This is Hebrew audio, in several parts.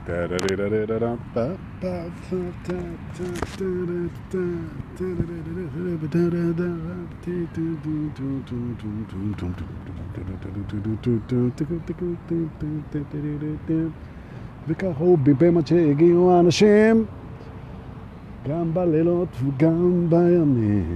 וכך הוא ביבם עד שהגיעו האנשים, גם בלילות וגם בימים.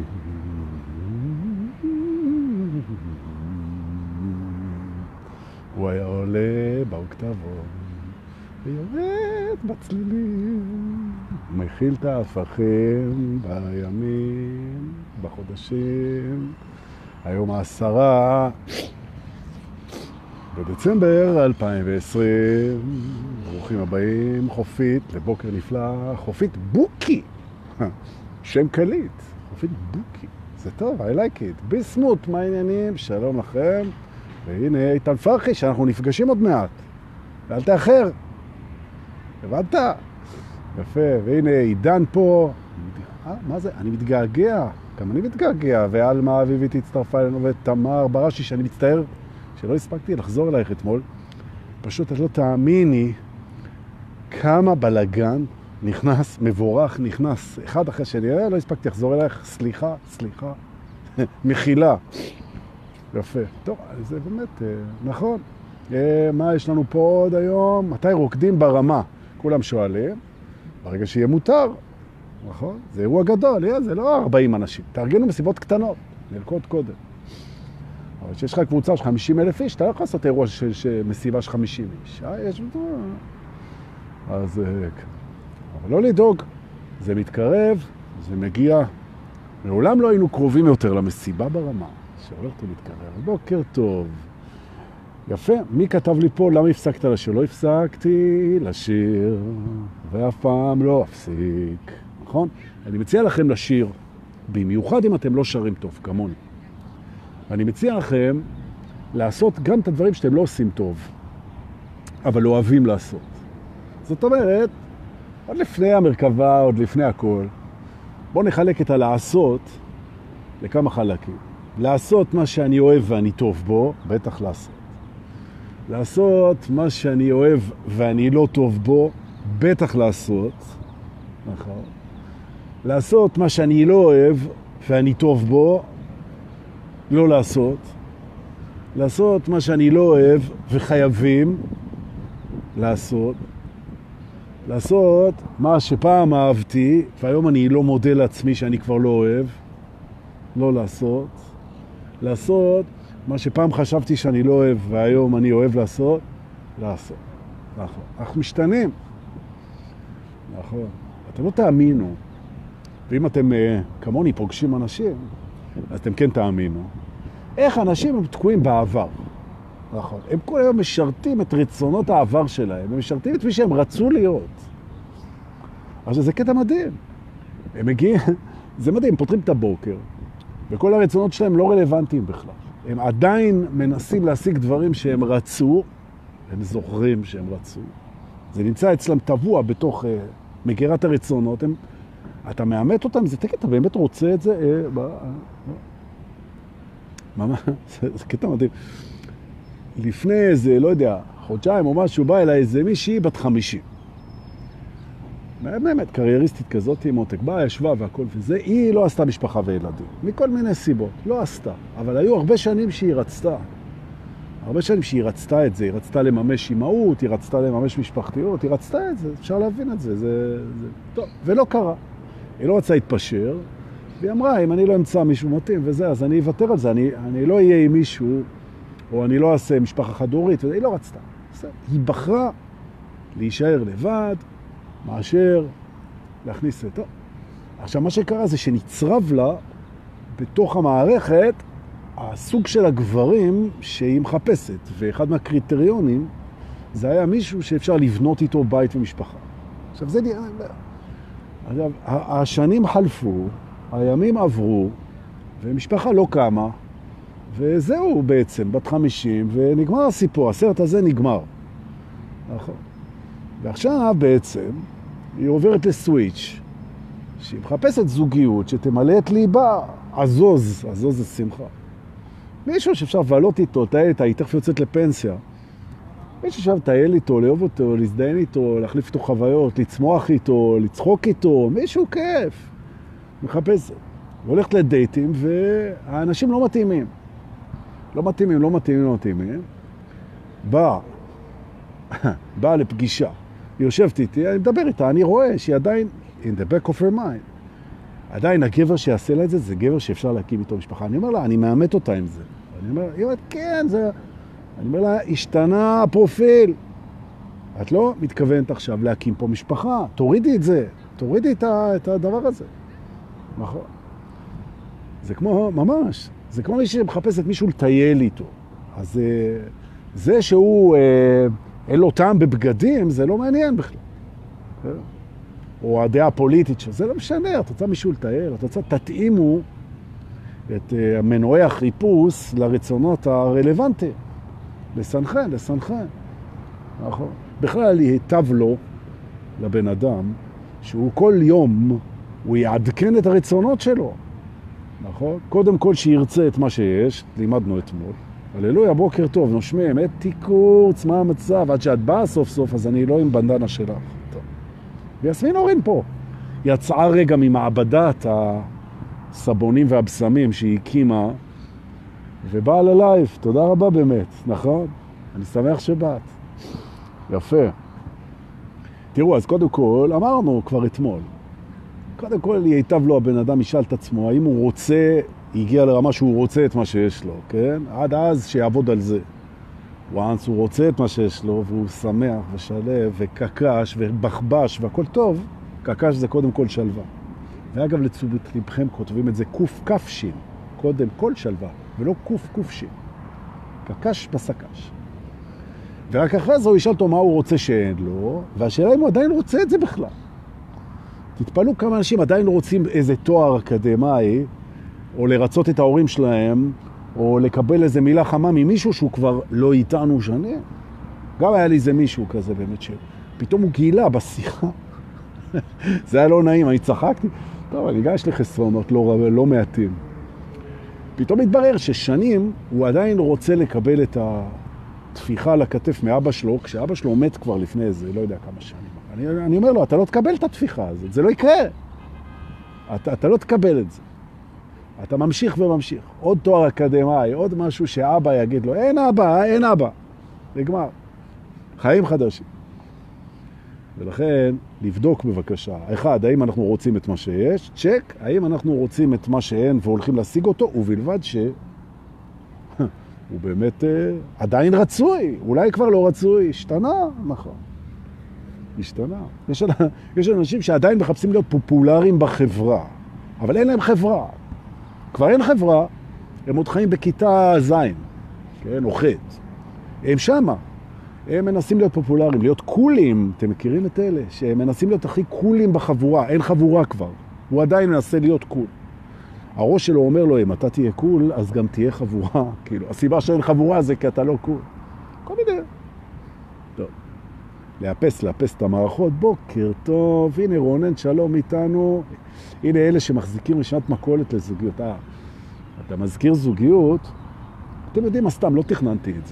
הוא היה עולה באוקטבון ויורד בצלילים, מכיל את ההפכים בימים, בחודשים. היום 10 בדצמבר 2020. ברוכים הבאים, חופית, לבוקר נפלא, חופית בוקי. שם קליט, חופית בוקי. זה טוב, I like it. ביסמוט, מה העניינים? שלום לכם. והנה איתן פרחי, שאנחנו נפגשים עוד מעט. ואל תאחר. הבנת? יפה, והנה עידן פה. מה זה? אני מתגעגע. גם אני מתגעגע. ואלמה אביבית הצטרפה אלינו, ותמר בראשי, שאני מצטער שלא הספקתי לחזור אלייך אתמול. פשוט את לא תאמיני כמה בלגן נכנס, מבורך נכנס. אחד אחרי שני, לא הספקתי לחזור אלייך. סליחה. מחילה. יפה. טוב, זה באמת, נכון. מה יש לנו פה עוד היום? מתי רוקדים ברמה? כולם שואלים. ברגע שיהיה מותר. נכון? זה אירוע גדול, זה לא 40 אנשים. תארגנו מסיבות קטנות, נלקות קודם. אבל שיש לך קבוצה של 50,000 איש, אתה לא יכול לעשות אירוע של מסיבה של 50 איש. יש אותו. אז, אבל לא לדאוג. זה מתקרב, זה מגיע. מעולם לא היינו קרובים יותר למסיבה ברמה. שהולכת ומתקרב. בוקר טוב. יפה. מי כתב לי פה? למה הפסקת לשיר? לא הפסקתי לשיר, ואף פעם לא אפסיק. נכון? אני מציע לכם לשיר, במיוחד אם אתם לא שרים טוב, כמוני. אני מציע לכם לעשות גם את הדברים שאתם לא עושים טוב, אבל לא אוהבים לעשות. זאת אומרת, עוד לפני המרכבה, עוד לפני הכל, בואו נחלק את הלעשות לכמה חלקים. לעשות מה שאני אוהב ואני טוב בו, בטח לעשות. לעשות מה שאני אוהב ואני לא טוב בו, בטח לעשות. נכון. לעשות מה שאני לא אוהב ואני טוב בו, לא לעשות. לעשות מה שאני לא אוהב וחייבים לעשות. לעשות מה שפעם אהבתי והיום אני לא מודה לעצמי שאני כבר לא אוהב, לא לעשות. לעשות מה שפעם חשבתי שאני לא אוהב והיום אני אוהב לעשות, לעשות. נכון. אנחנו משתנים. נכון. אתם לא תאמינו. ואם אתם כמוני פוגשים אנשים, אז אתם כן תאמינו. איך אנשים הם תקועים בעבר. נכון. הם כל היום משרתים את רצונות העבר שלהם. הם משרתים את מי שהם רצו להיות. אז זה קטע מדהים. הם מגיעים, זה מדהים, הם פותרים את הבוקר. וכל הרצונות שלהם לא רלוונטיים בכלל. הם עדיין מנסים להשיג דברים שהם רצו, הם זוכרים שהם רצו. זה נמצא אצלם טבוע בתוך מגירת הרצונות. אתה מאמת אותם, זה תקט, אתה באמת רוצה את זה? זה קטע מדהים. לפני איזה, לא יודע, חודשיים או משהו, בא אליי איזה מישהי בת 50. באמת, קרייריסטית כזאת, מותק, באה, ישבה והכל וזה, היא לא עשתה משפחה וילדים, מכל מיני סיבות, לא עשתה, אבל היו הרבה שנים שהיא רצתה, היא רצתה לממש אימהות, היא רצתה לממש משפחתיות, היא רצתה את זה, אפשר להבין את זה, זה טוב, ולא קרה, היא לא רצה להתפשר, והיא אמרה, אם אני לא אמצא מישהו מתאים וזה, אז אני אוותר על זה, אני לא אהיה עם מישהו, או אני לא אעשה משפחה חד-הורית, היא לא רצתה, היא בחרה להישאר לבד, מאשר להכניס את... עכשיו, מה שקרה זה שנצרב לה בתוך המערכת הסוג של הגברים שהיא מחפשת, ואחד מהקריטריונים זה היה מישהו שאפשר לבנות איתו בית ומשפחה. עכשיו, זה נראה... עכשיו, השנים חלפו, הימים עברו, ומשפחה לא קמה, וזהו בעצם, בת 50, ונגמר הסיפור, הסרט הזה נגמר. נכון. ועכשיו בעצם היא עוברת לסוויץ' שהיא מחפשת זוגיות שתמלא את ליבה, עזוז זה שמחה. מישהו שאפשר לבלות איתו, היא תכף יוצאת לפנסיה. מישהו שואב לטייל איתו, לאהוב אותו, להזדיין איתו, להחליף איתו חוויות, לצמוח איתו, לצחוק איתו, מישהו כיף. מחפש, הולכת לדייטים, והאנשים לא מתאימים. לא מתאימים. באה לפגישה. היא יושבת איתי, אני מדבר איתה, אני רואה שהיא עדיין, in the back of her mind, עדיין הגבר שיעשה לה את זה, זה גבר שאפשר להקים איתו משפחה. אני אומר לה, אני מאמת אותה עם זה. היא אומרת, כן, זה... אני אומר לה, השתנה הפרופיל. את לא מתכוונת עכשיו להקים פה משפחה. תורידי את זה. תורידי את הדבר הזה. נכון. זה כמו, ממש, זה כמו מי שמחפש את מישהו לטייל איתו. אז זה שהוא, אין לו טעם בבגדים, זה לא מעניין בכלל. או הדעה הפוליטית שלו, זה לא משנה. את רוצה מישהו לטייל, את רוצה, תתאימו את מנועי החיפוש לרצונות הרלוונטיים. לסנכן. נכון. בכלל ייטב לו, לבן אדם, שהוא כל יום, הוא יעדכן את הרצונות שלו. נכון? קודם כל שירצה את מה שיש, לימדנו אתמול. הללויה, בוקר טוב, נושמים, אתי קורץ, מה המצב? עד שאת באה סוף סוף, אז אני לא עם בנדנה שלך. טוב. ויסמין אורין פה. יצאה רגע ממעבדת הסבונים והבשמים שהיא הקימה, ובאה ללייב, תודה רבה באמת, נכון? אני שמח שבאת. יפה. תראו, אז קודם כל, אמרנו כבר אתמול, קודם כל ייטב לו הבן אדם, ישאל את עצמו, האם הוא רוצה, הגיע לרמה שהוא רוצה את מה שיש לו, כן? עד אז שיעבוד על זה. וואנס הוא רוצה את מה שיש לו, והוא שמח ושלב וקקש ובחבש והכל טוב, קקש זה קודם כל שלווה. ואגב, לתשומת לבכם כותבים את זה קוף כפשים, קודם כל שלווה, ולא קוף קופשים. קקש בסקש. ורק אחרי זה הוא ישאל אותו מה הוא רוצה שאין לו, והשאלה אם הוא עדיין רוצה את זה בכלל. תתפלו כמה אנשים עדיין רוצים איזה תואר אקדמי, או לרצות את ההורים שלהם, או לקבל איזה מילה חמה ממישהו שהוא כבר לא איתנו שנים. גם היה לי איזה מישהו כזה באמת שפתאום הוא גילה בשיחה. זה היה לא נעים, אני צחקתי. טוב, אני גם יש לי חסרונות לא מעטים. פתאום התברר ששנים הוא עדיין רוצה לקבל את התפיחה על הכתף מאבא שלו, כשאבא שלו מת כבר לפני איזה, לא יודע כמה שנים. אני אומר לו, אתה לא תקבל את התפיחה הזאת, זה לא יקרה. אתה לא תקבל את זה. אתה ממשיך וממשיך. עוד תואר אקדמי, עוד משהו שאבא יגיד לו, אין אבא. נגמר. חיים חדשים. ולכן, לבדוק בבקשה. אחד, האם אנחנו רוצים את מה שיש? צ'ק. האם אנחנו רוצים את מה שאין והולכים להשיג אותו? ובלבד שהוא באמת עדיין רצוי. אולי כבר לא רצוי. השתנה? נכון. השתנה. יש אנשים שעדיין מחפשים להיות פופולריים בחברה. אבל אין להם חברה. כבר אין חברה. הם עוד חיים בכיתה זין. כן? או חטא. הם שמה. הם מנסים להיות פופולריים, להיות קולים. אתם מכירים את אלה? שהם מנסים להיות הכי קולים בחבורה. אין חבורה כבר. הוא עדיין מנסה להיות קול. הראש שלו אומר לו, אם אתה תהיה קול, אז גם תהיה חבורה. כאילו, הסיבה שאין חבורה זה כי אתה לא קול. כל מיני. טוב. לאפס את המערכות. בוקר טוב. הנה רונן, שלום איתנו. הנה אלה שמחזיקים רשימת מכולת לזוגיות. אתה מזכיר זוגיות? אתם יודעים מה סתם, לא תכננתי את זה.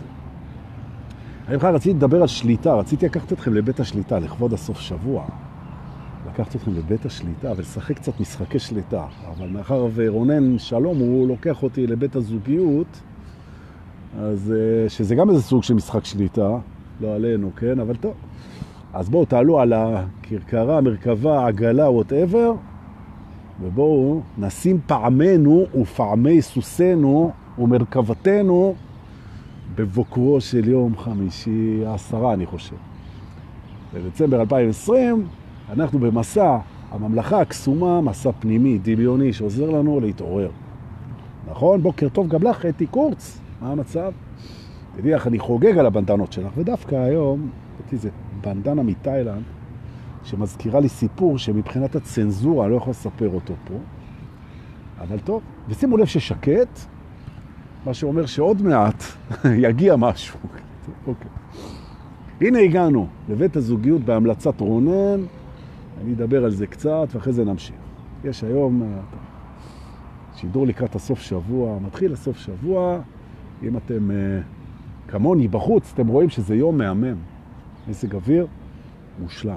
אני בכלל רציתי לדבר על שליטה, רציתי לקחת אתכם לבית השליטה, לכבוד הסוף שבוע. לקחת אתכם לבית השליטה ולשחק קצת משחקי שליטה. אבל מאחר ורונן שלום, הוא לוקח אותי לבית הזוגיות, אז שזה גם איזה סוג של משחק שליטה, לא עלינו, כן? אבל טוב. אז בואו תעלו על הכרכרה, מרכבה, עגלה, whatever, ובואו נשים פעמנו ופעמי סוסנו ומרכבתנו בבוקרו של יום חמישי 10, אני חושב. בדצמבר 2020, אנחנו במסע, הממלכה הקסומה, מסע פנימי, דמיוני, שעוזר לנו להתעורר. נכון? בוקר טוב גם לך, אתי קורץ. מה המצב? תדעי לך, אני חוגג על הבנדנות שלך, ודווקא היום, אותי זה בנדנה מתאילנד, שמזכירה לי סיפור שמבחינת הצנזורה, אני לא יכול לספר אותו פה. אבל טוב, ושימו לב ששקט, מה שאומר שעוד מעט יגיע משהו. אוקיי. הנה הגענו לבית הזוגיות בהמלצת רונן. אני אדבר על זה קצת ואחרי זה נמשיך. יש היום שידור לקראת הסוף שבוע, מתחיל הסוף שבוע. אם אתם כמוני בחוץ, אתם רואים שזה יום מהמם. מזג אוויר מושלם.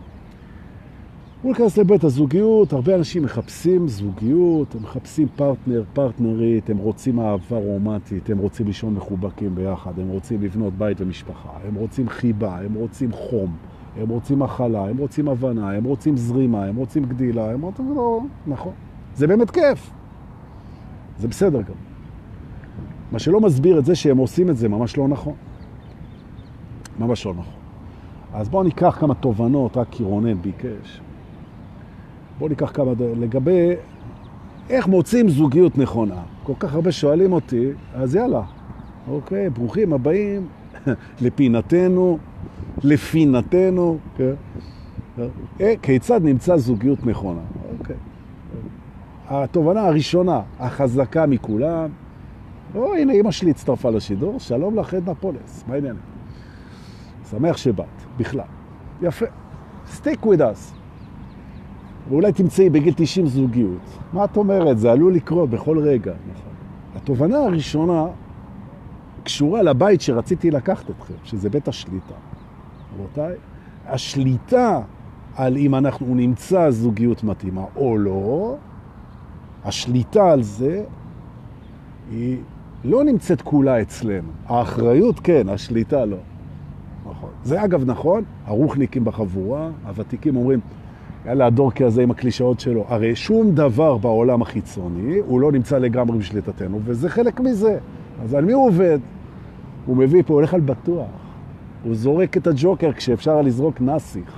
ולכנס לבית הזוגיות, הרבה אנשים מחפשים זוגיות, הם מחפשים פרטנר, פרטנרית, הם רוצים אהבה רומנטית, הם רוצים לישון מחובקים ביחד, הם רוצים לבנות בית ומשפחה, הם רוצים חיבה, הם רוצים חום, הם רוצים מחלה, הם רוצים הבנה, הם רוצים זרימה, הם רוצים גדילה, הם רוצים... לא, נכון. זה באמת כיף. זה בסדר גם. מה שלא מסביר את זה שהם עושים את זה ממש לא נכון. ממש לא נכון. אז בואו ניקח כמה תובנות, רק כי רונן ביקש. בואו ניקח כמה לגבי איך מוצאים זוגיות נכונה. כל כך הרבה שואלים אותי, אז יאללה, אוקיי, ברוכים הבאים לפינתנו, לפינתנו, כן? כיצד נמצא זוגיות נכונה? אוקיי. התובנה הראשונה, החזקה מכולם, הנה אמא שלי הצטרפה לשידור, שלום לך עדנה פולס, מה העניין? שמח שבאת, בכלל. יפה. Stick with us. ואולי תמצאי בגיל 90 זוגיות. מה את אומרת? זה עלול לקרות בכל רגע. נכון. התובנה הראשונה קשורה לבית שרציתי לקחת אתכם, שזה בית השליטה. רבותיי, השליטה על אם אנחנו נמצא זוגיות מתאימה או לא, השליטה על זה היא לא נמצאת כולה אצלנו. האחריות כן, השליטה לא. נכון. זה אגב נכון, הרוחניקים בחבורה, הוותיקים אומרים, יאללה, הדורקי הזה עם הקלישאות שלו, הרי שום דבר בעולם החיצוני, הוא לא נמצא לגמרי בשליטתנו, וזה חלק מזה. אז על מי הוא עובד? הוא מביא פה, הולך על בטוח. הוא זורק את הג'וקר כשאפשר לזרוק נסיך.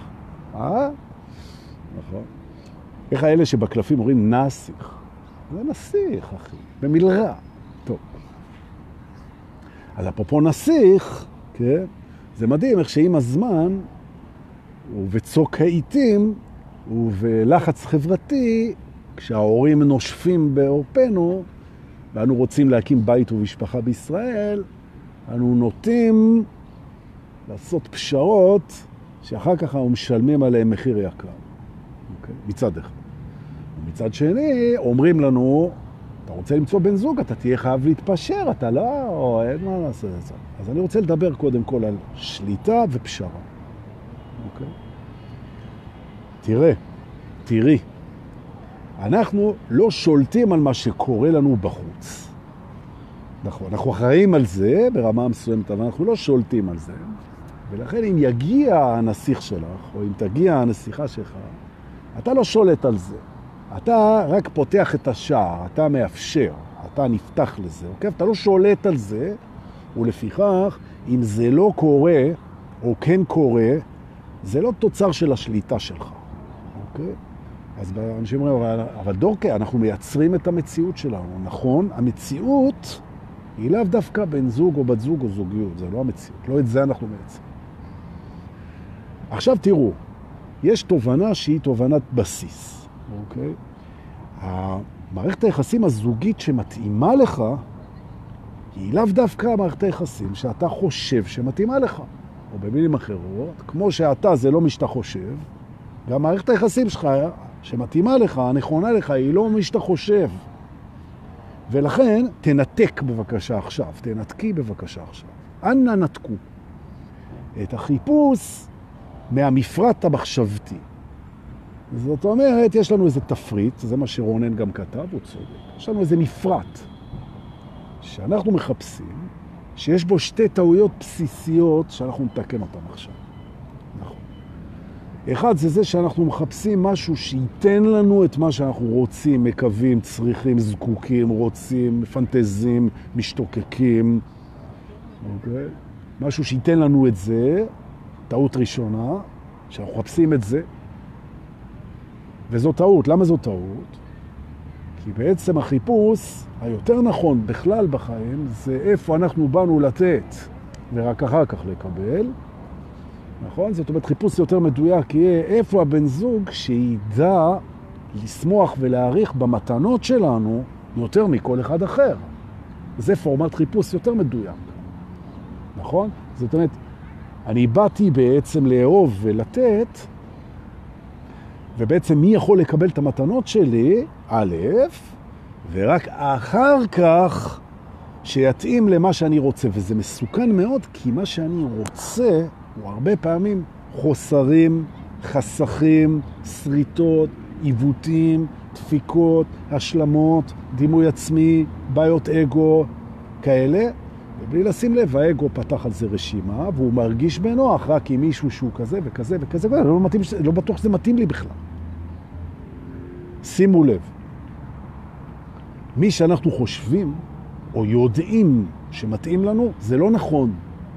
נכון. איך האלה שבקלפים אומרים נסיך? זה נסיך, אחי, במלרע. טוב. אז אפרופו נסיך, כן? זה מדהים איך שעם הזמן, ובצוק העיתים, ובלחץ חברתי, כשההורים נושפים בעורפנו, ואנו רוצים להקים בית ומשפחה בישראל, אנו נוטים לעשות פשרות, שאחר כך אנחנו משלמים עליהם מחיר יקר. אוקיי? מצד אחד. ומצד שני, אומרים לנו, אתה רוצה למצוא בן זוג, אתה תהיה חייב להתפשר, אתה לא, אין מה לעשות את זה. אז אני רוצה לדבר קודם כל על שליטה ופשרה. אוקיי? תראי, אנחנו לא שולטים על מה שקורה לנו בחוץ. נכון, אנחנו אחראים על זה ברמה מסוימת, אבל אנחנו לא שולטים על זה. ולכן אם יגיע הנסיך שלך, או אם תגיע הנסיכה שלך, אתה לא שולט על זה. אתה רק פותח את השער, אתה מאפשר, אתה נפתח לזה, אוקיי? אתה לא שולט על זה, ולפיכך, אם זה לא קורה, או כן קורה, זה לא תוצר של השליטה שלך, אוקיי? אז אנשים אומרים, אבל דורקה, אנחנו מייצרים את המציאות שלנו, נכון? המציאות היא לאו דווקא בן זוג או בת זוג או זוגיות, זה לא המציאות, לא את זה אנחנו מייצרים. עכשיו תראו, יש תובנה שהיא תובנת בסיס, אוקיי? המערכת היחסים הזוגית שמתאימה לך, היא לאו דווקא מערכת היחסים שאתה חושב שמתאימה לך. או במילים אחרות, כמו שאתה זה לא מי שאתה חושב, גם מערכת היחסים שלך שמתאימה לך, הנכונה לך, היא לא מי שאתה חושב. ולכן תנתק בבקשה עכשיו, תנתקי בבקשה עכשיו. אנא נתקו את החיפוש מהמפרט המחשבתי. זאת אומרת, יש לנו איזה תפריט, זה מה שרונן גם כתב, הוא צודק. יש לנו איזה מפרט שאנחנו מחפשים, שיש בו שתי טעויות בסיסיות שאנחנו נתקן אותן עכשיו. נכון. אחד זה זה שאנחנו מחפשים משהו שייתן לנו את מה שאנחנו רוצים, מקווים, צריכים, זקוקים, רוצים, פנטזים, משתוקקים. אוקיי? משהו שייתן לנו את זה, טעות ראשונה, שאנחנו מחפשים את זה. וזו טעות. למה זו טעות? כי בעצם החיפוש היותר נכון בכלל בחיים זה איפה אנחנו באנו לתת ורק אחר כך לקבל. נכון? זאת אומרת, חיפוש יותר מדויק יהיה איפה הבן זוג שידע לשמוח ולהעריך במתנות שלנו יותר מכל אחד אחר. זה פורמט חיפוש יותר מדויק. נכון? זאת אומרת, אני באתי בעצם לאהוב ולתת, ובעצם מי יכול לקבל את המתנות שלי? א', ורק אחר כך שיתאים למה שאני רוצה, וזה מסוכן מאוד, כי מה שאני רוצה הוא הרבה פעמים חוסרים, חסכים, שריטות, עיוותים, דפיקות, השלמות, דימוי עצמי, בעיות אגו, כאלה, ובלי לשים לב, האגו פתח על זה רשימה, והוא מרגיש בנוח רק עם מישהו שהוא כזה וכזה וכזה, לא בטוח שזה מתאים לי בכלל. שימו לב, מי שאנחנו חושבים או יודעים שמתאים לנו, זה לא נכון.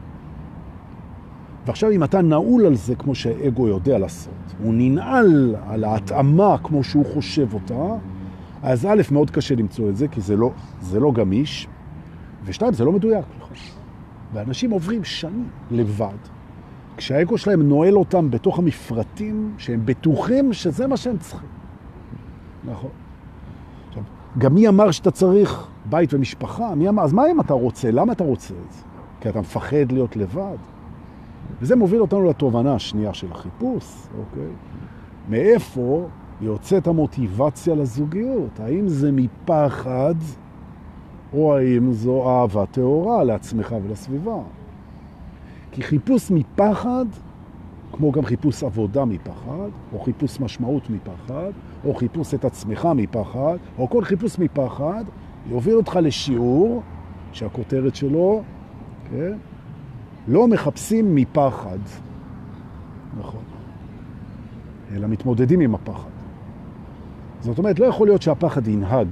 ועכשיו אם אתה נעול על זה כמו שהאגו יודע לעשות, הוא ננעל על ההתאמה כמו שהוא חושב אותה, אז א', מאוד קשה למצוא את זה, כי זה לא גמיש, ושתיים, זה לא מדויק. ואנשים עוברים שנים לבד, כשהאגו שלהם נועל אותם בתוך המפרטים, שהם בטוחים שזה מה שהם צריכים. נכון. עכשיו, גם מי אמר שאתה צריך בית ומשפחה? מי אמר? אז מה אם אתה רוצה? למה אתה רוצה את זה? כי אתה מפחד להיות לבד. וזה מוביל אותנו לתובנה השנייה של החיפוש, אוקיי? מאיפה יוצאת המוטיבציה לזוגיות? האם זה מפחד, או האם זו אהבה טהורה לעצמך ולסביבה? כי חיפוש מפחד, כמו גם חיפוש עבודה מפחד, או חיפוש משמעות מפחד, או חיפוש את עצמך מפחד, או כל חיפוש מפחד, יוביל אותך לשיעור שהכותרת שלו, כן? לא מחפשים מפחד, נכון, אלא מתמודדים עם הפחד. זאת אומרת, לא יכול להיות שהפחד ינהג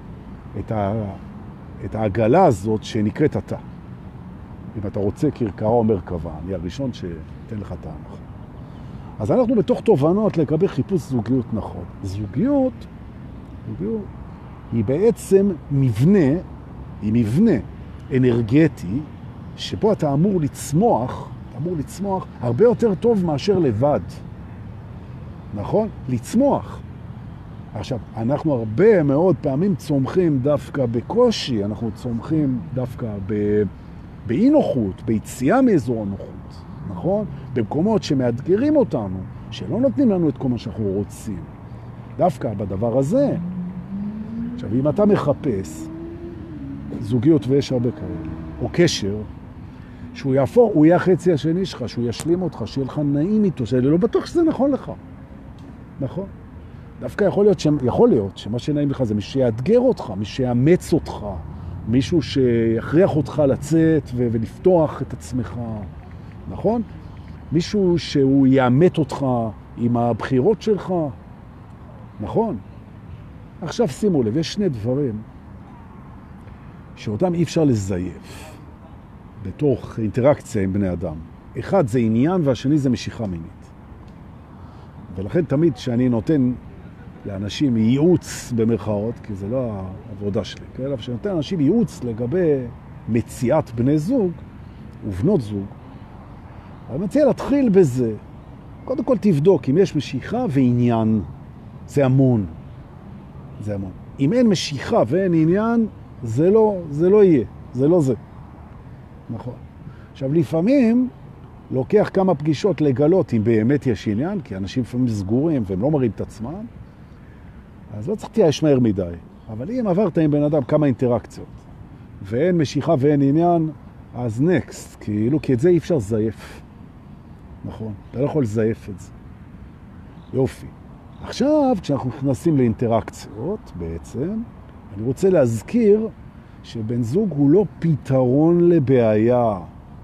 את העגלה הזאת שנקראת אתה. אם אתה רוצה קרקעה או מרכבה, אני הראשון שתן לך את ההנחה. אז אנחנו בתוך תובנות לגבי חיפוש זוגיות נכון. זוגיות היא בעצם מבנה אנרגטי, שבו אתה אמור לצמוח הרבה יותר טוב מאשר לבד. נכון? לצמוח. עכשיו, אנחנו הרבה מאוד פעמים צומחים דווקא בקושי, אנחנו צומחים דווקא באי נוחות, ביציאה מאזור הנוחות, נכון? במקומות שמאתגרים אותנו, שלא נותנים לנו את כל מה שאנחנו רוצים. דווקא בדבר הזה. עכשיו, אם אתה מחפש זוגיות, ויש הרבה כאלה, או קשר, שהוא יהפוך, הוא יהיה החצי השני שלך, שהוא ישלים אותך, שיהיה לך נעים איתו, לא בטוח שזה נכון לך. נכון? דווקא יכול להיות שמה שנעים לך זה מי שיאתגר אותך, מי שיאמץ אותך, מישהו שיכריח אותך לצאת ולפתוח את עצמך, נכון? מישהו שהוא יאמת אותך עם הבחירות שלך, נכון? עכשיו שימו לב, יש שני דברים שאותם אי אפשר לזייף בתוך אינטראקציה עם בני אדם. אחד זה עניין והשני זה משיכה מינית. ולכן תמיד שאני נותן לאנשים ייעוץ במרכאות, כי זה לא העבודה שלי, כן? אבל שנותן לאנשים ייעוץ לגבי מציאת בני זוג ובנות זוג, אני מציע להתחיל בזה. קודם כל תבדוק אם יש משיכה ועניין. זה המון. זה המון. אם אין משיכה ואין עניין, זה לא יהיה. זה לא זה. נכון. עכשיו, לפעמים לוקח כמה פגישות לגלות אם באמת יש עניין, כי אנשים לפעמים סגורים והם לא מראים את עצמם, אז לא צריך תייש מהר מדי. אבל אם עברת עם בן אדם כמה אינטראקציות, ואין משיכה ואין עניין, אז נקסט, כאילו, כי את זה אי אפשר לזייף. נכון, אתה לא יכול לזייף את זה. יופי. עכשיו, כשאנחנו נכנסים לאינטראקציות, בעצם, אני רוצה להזכיר שבן זוג הוא לא פתרון לבעיה.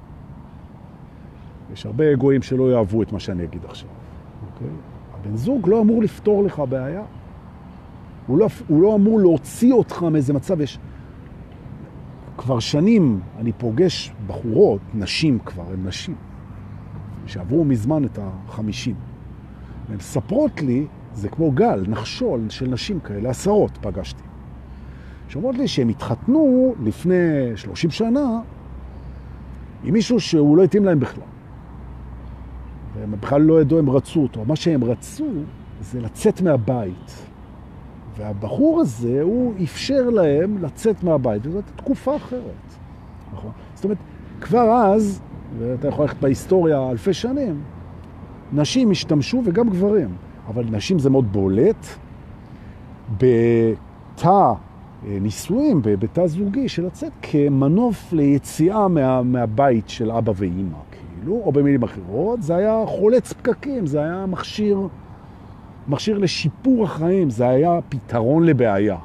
יש הרבה אגואים שלא יאהבו את מה שאני אגיד עכשיו. אוקיי? הבן זוג לא אמור לפתור לך בעיה. הוא לא אמור להוציא אותך מאיזה מצב. כבר שנים אני פוגש בחורות, נשים כבר, הן נשים, שעברו מזמן את ה-50. והן ספרות לי, זה כמו גל, נחשול של נשים כאלה, עשרות פגשתי. שאומרות לי שהם התחתנו לפני 30 שנה עם מישהו שהוא לא התאים להם בכלל. והם בכלל לא ידעו, הם רצו אותו. מה שהם רצו זה לצאת מהבית. והבחור הזה, הוא אפשר להם לצאת מהבית, וזאת תקופה אחרת. נכון? זאת אומרת, כבר אז, ואתה יכול ללכת בהיסטוריה אלפי שנים, נשים השתמשו וגם גברים, אבל נשים זה מאוד בולט, בתא נישואים בתא זוגי של לצאת כמנוף ליציאה מהבית של אבא ואמא, כאילו, או במילים אחרות, זה היה חולץ פקקים, זה היה מכשיר לשיפור החיים, זה היה פתרון לבעיה.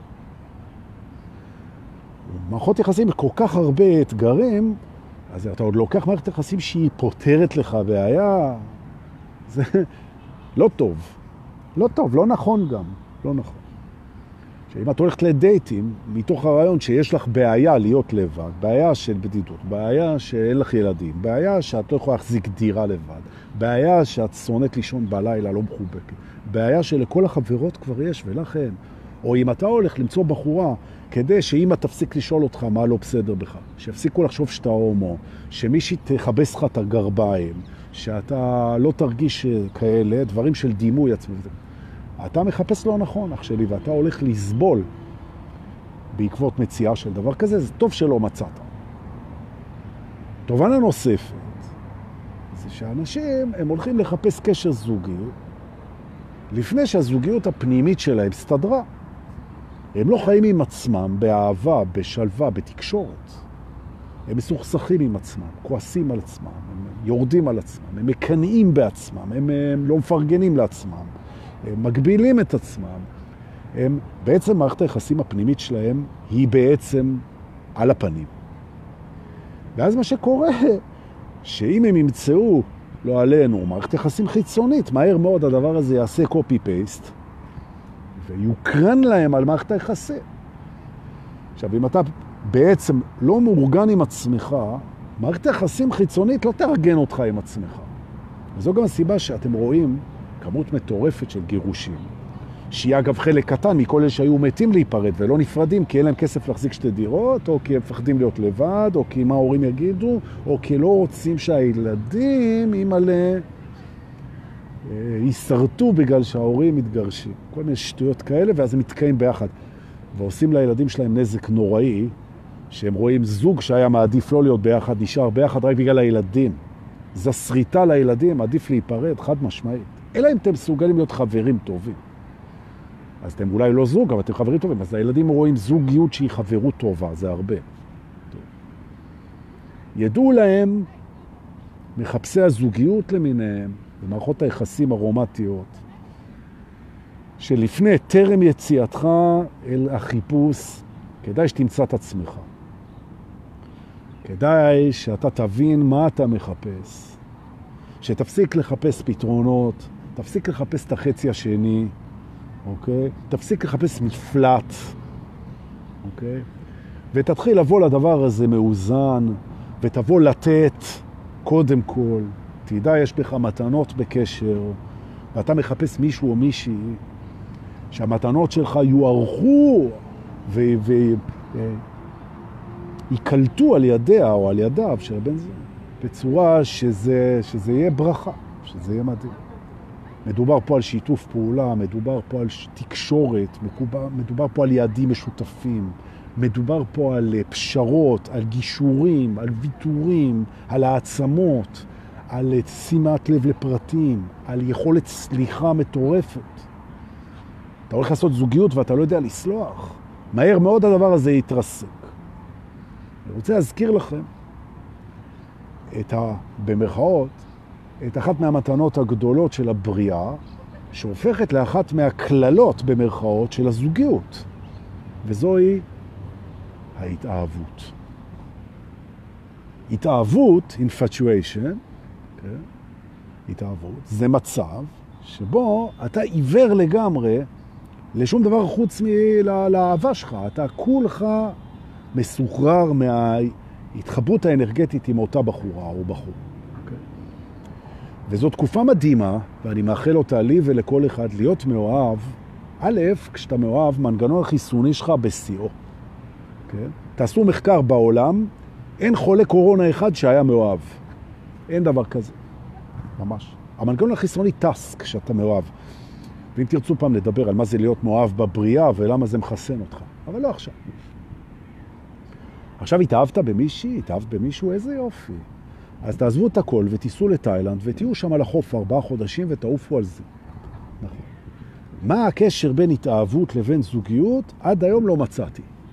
מערכות יחסים כל כך הרבה אתגרים, אז אתה עוד לוקח מערכת יחסים שהיא פותרת לך בעיה, זה לא טוב. לא טוב, לא נכון גם, לא נכון. שאם את הולכת לדייטים, מתוך הרעיון שיש לך בעיה להיות לבד, בעיה של בדידות, בעיה שאין לך ילדים, בעיה שאת לא יכולה להחזיק דירה לבד, בעיה שאת שונאת לישון בלילה, לא מחובקת, בעיה שלכל החברות כבר יש ולך אין. או אם אתה הולך למצוא בחורה, כדי שאמא תפסיק לשאול אותך מה לא בסדר בך, שיפסיקו לחשוב שאתה הומו, שמישהי תחבס לך את הגרביים, שאתה לא תרגיש כאלה, דברים של דימוי עצמי. אתה מחפש לא נכון, אח שלי, ואתה הולך לסבול בעקבות מציאה של דבר כזה, זה טוב שלא מצאת. תובנה נוספת, זה שאנשים, הם הולכים לחפש קשר זוגי, לפני שהזוגיות הפנימית שלהם הסתדרה. הם לא חיים עם עצמם באהבה, בשלווה, בתקשורת. הם מסוכסכים עם עצמם, כועסים על עצמם, הם יורדים על עצמם, הם מקנאים בעצמם, הם לא מפרגנים לעצמם, הם מגבילים את עצמם. בעצם מערכת היחסים הפנימית שלהם היא בעצם על הפנים. ואז מה שקורה, שאם הם ימצאו, לא עלינו, מערכת יחסים חיצונית, מהר מאוד הדבר הזה יעשה copy-paste, ויוקרן להם על מערכת היחסים. עכשיו, אם אתה בעצם לא מאורגן עם עצמך, מערכת היחסים חיצונית לא תארגן אותך עם עצמך. וזו גם הסיבה שאתם רואים כמות מטורפת של גירושים, שהיא אגב חלק קטן מכל אלה שהיו מתים להיפרד ולא נפרדים כי אין להם כסף להחזיק 2 דירות, או כי הם מפחדים להיות לבד, או כי מה ההורים יגידו, או כי לא רוצים שהילדים ימלא ישרטו בגלל שההורים מתגרשים. כל מיני שטויות כאלה, ואז הם מתקיים ביחד. ועושים לילדים שלהם נזק נוראי, שהם רואים זוג שהיה מעדיף לא להיות ביחד, נשאר ביחד רק בגלל הילדים. זו שריטה לילדים, עדיף להיפרד, חד משמעית. אלא אם אתם מסוגלים להיות חברים טובים. אז אתם אולי לא זוג, אבל אתם חברים טובים. אז הילדים רואים זוגיות שהיא חברות טובה, זה הרבה. טוב. ידעו להם מחפשי הזוגיות למיניהם, במערכות היחסים הרומטיות, שלפני טרם יציאתך אל החיפוש, כדאי שתמצא את עצמך. כדאי שאתה תבין מה אתה מחפש. שתפסיק לחפש פתרונות, תפסיק לחפש את החצי השני, אוקיי? תפסיק לחפש מפלט, אוקיי? ותתחיל לבוא לדבר הזה מאוזן, ותבוא לתת קודם כל. תדע, יש בך מתנות בקשר, ואתה מחפש מישהו או מישהי, שהמתנות שלך יוארכו ויקלטו על ידיה או על ידיו של הבן זה, בצורה שזה יהיה ברכה, שזה יהיה מדהים. מדובר פה על שיתוף פעולה, מדובר פה על תקשורת, מדובר פה על יעדים משותפים, מדובר פה על פשרות, על גישורים, על ויתורים, על העצמות, על שימת לב לפרטים, על יכולת סליחה מטורפת. אתה הולך לעשות זוגיות ואתה לא יודע לסלוח. מהר מאוד הדבר הזה יתרסק. אני רוצה להזכיר לכם במרכאות, את אחת מהמתנות הגדולות של הבריאה, שהופכת לאחת מהכללות במרכאות של הזוגיות. וזוהי ההתאהבות. התאהבות, infatuation, התאהבות, זה מצב שבו אתה עיוור לגמרי לשום דבר חוץ לאהבה שלך. אתה כולך מסוחרר מההתחברות האנרגטית עם אותה בחורה או בחור. וזו תקופה מדהימה, ואני מאחל אותה לי ולכל אחד להיות מאוהב. א', כשאתה מאוהב, מנגנון החיסוני שלך בשיאו. תעשו מחקר בעולם, אין חולה קורונה אחד שהיה מאוהב. אין דבר כזה. ממש. המנגנון החיסוני טס כשאתה מאוהב. ואם תרצו פעם לדבר על מה זה להיות מאוהב בבריאה ולמה זה מחסן אותך. אבל לא עכשיו. עכשיו התאהבת במישהי, התאהבת במישהו, איזה יופי. אז תעזבו את הכל ותיסעו לתאילנד ותהיו שם על החוף 4 חודשים ותעופו על זה. נכון. מה הקשר בין התאהבות לבין זוגיות? עד היום לא מצאתי.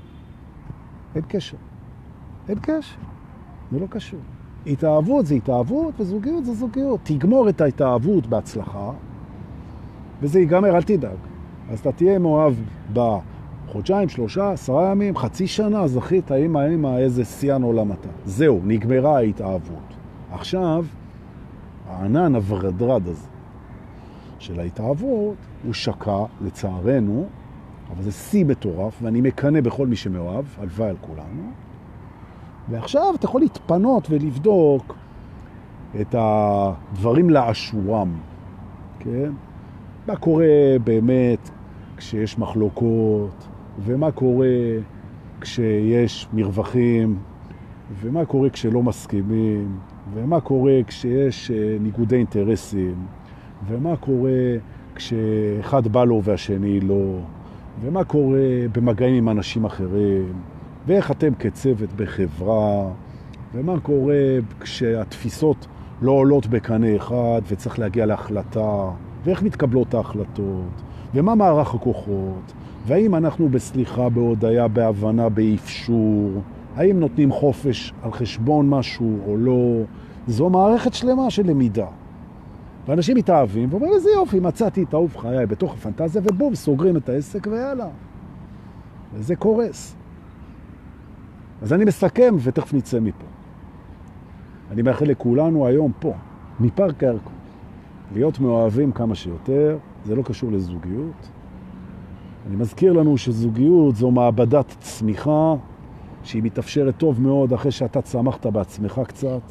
אין קשר. אין קשר. זה לא קשור. התאהבות זה התאהבות, וזוגיות זה זוגיות. תגמור את ההתאהבות בהצלחה, וזה ייגמר, אל תדאג. אז אתה תהיה מאוהב בחודשיים, 3, 10 ימים, חצי שנה, זכית, אמא, איזה שיאן עולם אתה. זהו, נגמרה ההתאהבות. עכשיו, הענן הוורדרד הזה של ההתאהבות, הוא שקע, לצערנו, אבל זה שיא מטורף, ואני מקנה בכל מי שמאוהב, הלוואי על כולנו. ועכשיו אתה יכול להתפנות ולבדוק את הדברים לאשורם, כן? מה קורה באמת כשיש מחלוקות, ומה קורה כשיש מרווחים, ומה קורה כשלא מסכימים, ומה קורה כשיש ניגודי אינטרסים, ומה קורה כשאחד בא לו והשני לא, ומה קורה במגעים עם אנשים אחרים, ואיך אתם כצוות בחברה, ומה קורה כשהתפיסות לא עולות בקנה אחד וצריך להגיע להחלטה, ואיך מתקבלות ההחלטות, ומה מערך הכוחות, והאם אנחנו בסליחה, בהודעה, בהבנה, באפשור, האם נותנים חופש על חשבון משהו או לא. זו מערכת שלמה של למידה. ואנשים מתאהבים ואומרים, איזה יופי, מצאתי את אהוב חיי בתוך הפנטזיה, ובום, סוגרים את העסק ויאללה. וזה קורס. אז אני מסכם ותכף נצא מפה. אני מאחל לכולנו היום פה, מפארק הירקון, להיות מאוהבים כמה שיותר, זה לא קשור לזוגיות. אני מזכיר לנו שזוגיות זו מעבדת צמיחה, שהיא מתאפשרת טוב מאוד אחרי שאתה צמחת בעצמך קצת,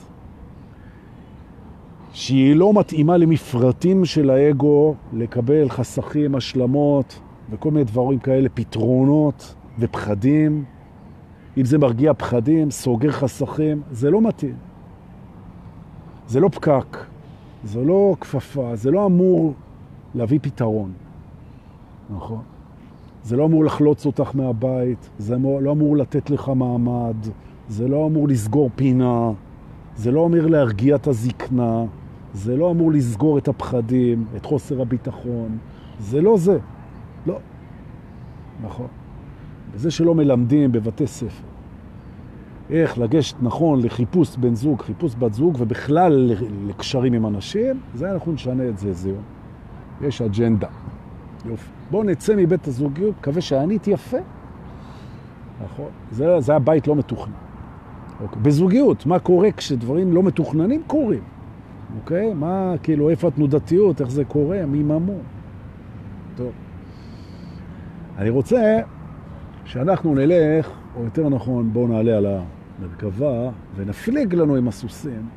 שהיא לא מתאימה למפרטים של האגו, לקבל חסכים, השלמות וכל מיני דברים כאלה, פתרונות ופחדים. אם זה מרגיע פחדים, סוגר חסכים, זה לא מתאים. זה לא פקק, זה לא כפפה, זה לא אמור להביא פתרון. נכון? זה לא אמור לחלוץ אותך מהבית, זה לא אמור לתת לך מעמד, זה לא אמור לסגור פינה, זה לא אומר להרגיע את הזקנה, זה לא אמור לסגור את הפחדים, את חוסר הביטחון, זה לא זה. לא. נכון. וזה שלא מלמדים בבתי ספר. איך לגשת נכון לחיפוש בן זוג, חיפוש בת זוג, ובכלל לקשרים עם אנשים, זה אנחנו נשנה את זה, זהו. יש אג'נדה. יופי. בואו נצא מבית הזוגיות, מקווה שענית יפה. נכון. זה הבית לא מתוכנן. אוקיי. בזוגיות, מה קורה כשדברים לא מתוכננים? קורים. אוקיי? מה, כאילו, איפה התנודתיות, איך זה קורה, מי ממו. טוב. אני רוצה שאנחנו נלך, או יותר נכון, בואו נעלה על המרכבה, ונפליג לנו עם הסוסים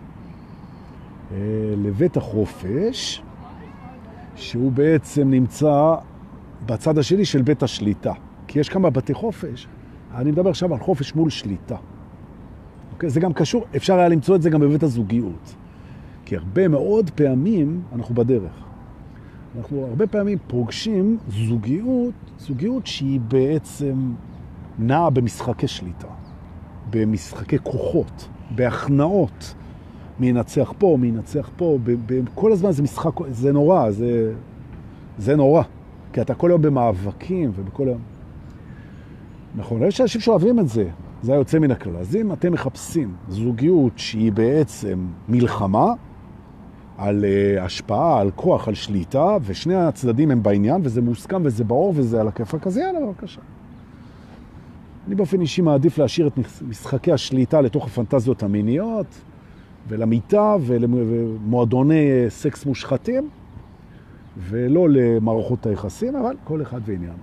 לבית החופש, שהוא בעצם נמצא בצד השני של בית השליטה. כי יש כמה בתי חופש, אני מדבר עכשיו על חופש מול שליטה. אוקיי? זה גם קשור, אפשר היה למצוא את זה גם בבית הזוגיות. כי הרבה מאוד פעמים אנחנו בדרך. אנחנו הרבה פעמים פוגשים זוגיות שהיא בעצם נעה במשחקי שליטה, במשחקי כוחות, בהכנעות, מי ינצח פה, מי ינצח פה, כל הזמן זה משחק, זה נורא, זה נורא, כי אתה כל היום במאבקים ובכל היום. נכון, יש אנשים שאוהבים את זה, זה היוצא מן הכלל. אז אם אתם מחפשים זוגיות שהיא בעצם מלחמה, על השפעה, על כוח, על שליטה, ושני הצדדים הם בעניין, וזה מוסכם וזה באור וזה על הכיפק, אז יאללה, בבקשה. אני באופן אישי מעדיף להשאיר את משחקי השליטה לתוך הפנטזיות המיניות, ולמיטה, ולמועדוני סקס מושחתים, ולא למערכות היחסים, אבל כל אחד ועניין.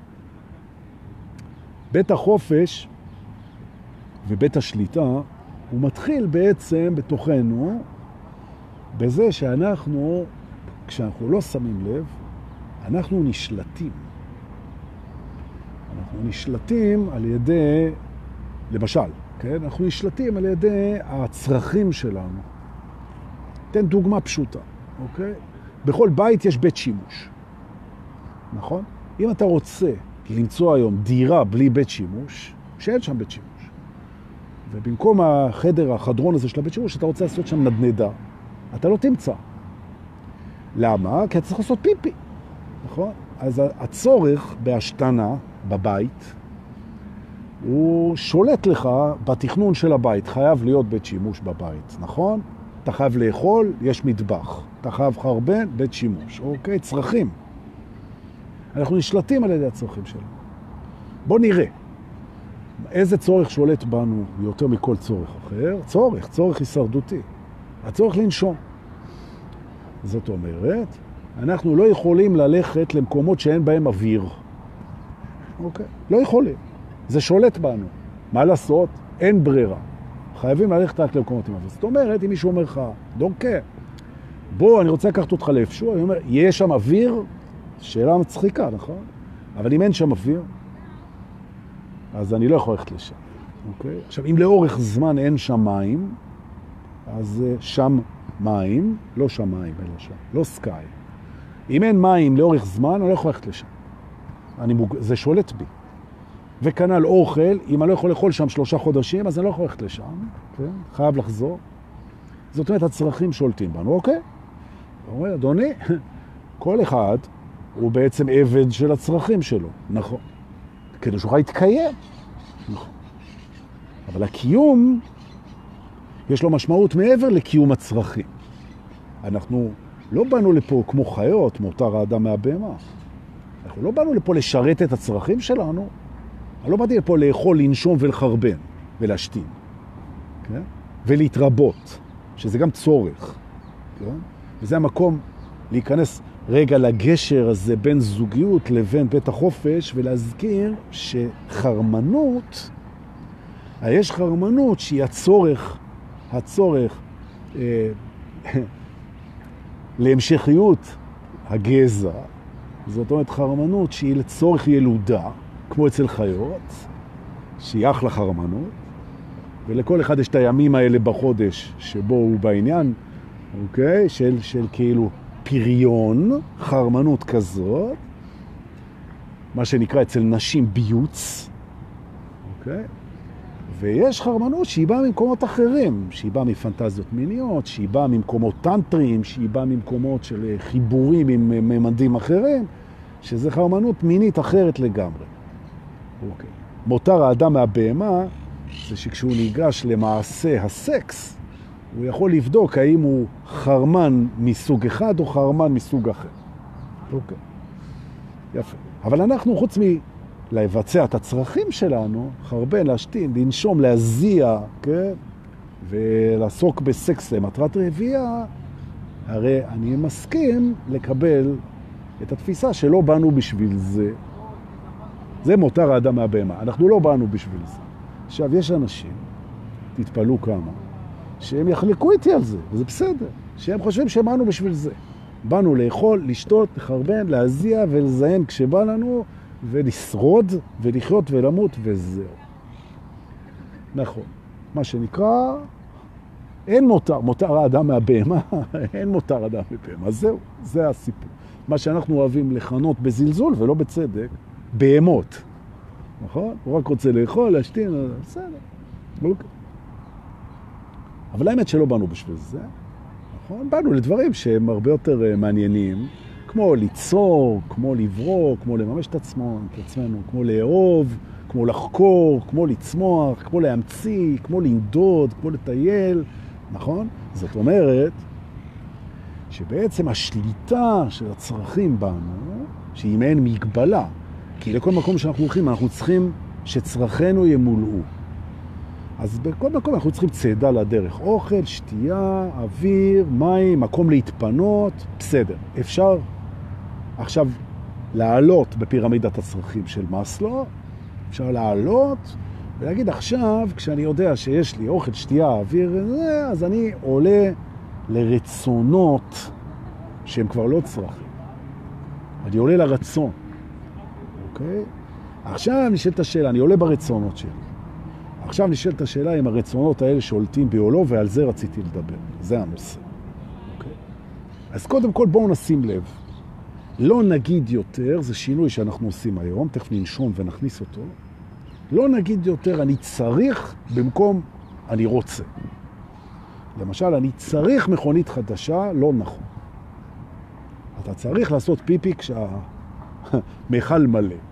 בית החופש ובית השליטה, הוא מתחיל בעצם בתוכנו, בזה שאנחנו, כשאנחנו לא שמים לב, אנחנו נשלטים. אנחנו נשלטים על ידי, למשל, כן? אנחנו נשלטים על ידי הצרכים שלנו. תן דוגמה פשוטה, אוקיי? בכל בית יש בית שימוש, נכון? אם אתה רוצה למצוא היום דירה בלי בית שימוש, שאין שם בית שימוש, ובמקום החדרון הזה של הבית שימוש, אתה רוצה לעשות שם נדנדה, אתה לא תמצא. למה? כי אתה צריך לעשות פיפי, נכון? אז הצורך בהשתנה בבית הוא שולט לך בתכנון של הבית, חייב להיות בית שימוש בבית, נכון? אתה חייב לאכול, יש מטבח. אתה חייב חרבן, בית שימוש. אוקיי? צרכים. אנחנו נשלטים על ידי הצרכים שלנו. בוא נראה. איזה צורך שולט בנו יותר מכל צורך אחר? צורך הישרדותי. הצורך לנשום. זאת אומרת, אנחנו לא יכולים ללכת למקומות שאין בהם אוויר. אוקיי? לא יכולים. זה שולט בנו. מה לעשות? אין ברירה. חייבים ללכת רק למקומות עם אוויר. זאת אומרת, אם מישהו אומר לך, דונקה, בוא, אני רוצה לקחת אותך לאיפשהו, אני אומר, יש שם אוויר? שאלה מצחיקה, נכון? אבל אם אין שם אוויר, אז אני לא יכול ללכת לשם. אוקיי? עכשיו, אם לאורך זמן אין שם מים, אז שם מים, לא שמיים, אלא שם, לא סקאי. אם אין מים לאורך זמן, אני לא יכול ללכת לשם. זה שולט בי. וכנ"ל אוכל, אם אני לא יכול לאכול שם 3 חודשים, אז אני לא יכול ללכת לשם, כן? חייב לחזור. זאת אומרת, הצרכים שולטים בנו, אוקיי? הוא אומר, אדוני, כל אחד הוא בעצם עבד של הצרכים שלו, נכון. כדי שהוא יתקיים, נכון. אבל הקיום, יש לו משמעות מעבר לקיום הצרכים. אנחנו לא באנו לפה כמו חיות, מותר האדם מהבהמה. אנחנו לא באנו לפה לשרת את הצרכים שלנו, אני לא באתי לפה לאכול, לנשום ולחרבן ולהשתין, כן? ולהתרבות, שזה גם צורך, כן? וזה המקום להיכנס רגע לגשר הזה בין זוגיות לבין בית החופש ולהזכיר שחרמנות, יש חרמנות שהיא הצורך להמשכיות הגזע, זאת אומרת חרמנות שהיא לצורך ילודה, כמו אצל חיות, שהיא אחלה חרמנות, ולכל אחד יש את הימים האלה בחודש שבו הוא בעניין, אוקיי? של כאילו פריון, חרמנות כזאת, מה שנקרא אצל נשים ביוץ, אוקיי? ויש חרמנות שהיא באה ממקומות אחרים, שהיא באה מפנטזיות מיניות, שהיא באה ממקומות טנטריים, שהיא באה ממקומות של חיבורים עם ממדים אחרים, שזה חרמנות מינית אחרת לגמרי. אוקיי. מותר האדם מהבהמה זה שכשהוא ניגש למעשה הסקס, הוא יכול לבדוק האם הוא חרמן מסוג אחד או חרמן מסוג אחר. אוקיי. יפה. אבל אנחנו חוץ מלבצע את הצרכים שלנו, חרבן, להשתין, לנשום, להזיע, כן? ולעסוק בסקס למטרת רבייה, הרי אני מסכים לקבל את התפיסה שלא באנו בשביל זה. זה מותר האדם מהבהמה. אנחנו לא באנו בשביל זה. עכשיו, יש אנשים, תתפלו כמה, שהם יחלקו איתי על זה, וזה בסדר. שהם חושבים שהם באנו בשביל זה. באנו לאכול, לשתות, לחרבן, להזיע ולזיין כשבא לנו, ולשרוד, ולחיות ולמות, וזהו. נכון. מה שנקרא, אין מותר האדם מהבהמה, אין מותר האדם מהבהמה. זהו, זה הסיפור. מה שאנחנו אוהבים לכנות בזלזול ולא בצדק, בהמות. נכון? הוא רק רוצה לאכול, להשתין, בסדר. אוקיי. אבל האמת שלא באנו בשביל זה. נכון? באנו לדברים שהם הרבה יותר מעניינים, כמו ליצור, כמו לברוא, כמו לממש את עצמנו, כמו לאהוב, כמו לחקור, כמו לצמוח, כמו להמציא, כמו לנדוד, כמו לטייל, נכון? זאת אומרת שבעצם השליטה של הצרכים בנו, שהיא מעין מגבלה, כי לכל מקום שאנחנו הולכים, אנחנו צריכים שצרכינו ימולאו. אז בכל מקום אנחנו צריכים צעדה לדרך. אוכל, שתייה, אוויר, מים, מקום להתפנות, בסדר. אפשר עכשיו לעלות בפירמידת הצרכים של מאסלו, אפשר לעלות ולהגיד עכשיו, כשאני יודע שיש לי אוכל, שתייה, אוויר, אז אני עולה לרצונות שהם כבר לא צרכים. אני עולה לרצון. אוקיי? עכשיו נשאלת השאלה, אני עולה ברצונות שלי. עכשיו נשאלת השאלה אם הרצונות האלה שולטים בי או לא, ועל זה רציתי לדבר. זה הנושא. אוקיי? אז קודם כל בואו נשים לב. לא נגיד יותר, זה שינוי שאנחנו עושים היום, תכף ננשום ונכניס אותו. לא נגיד יותר אני צריך במקום אני רוצה. למשל, אני צריך מכונית חדשה, לא נכון. אתה צריך לעשות פיפי כשהמיכל מלא.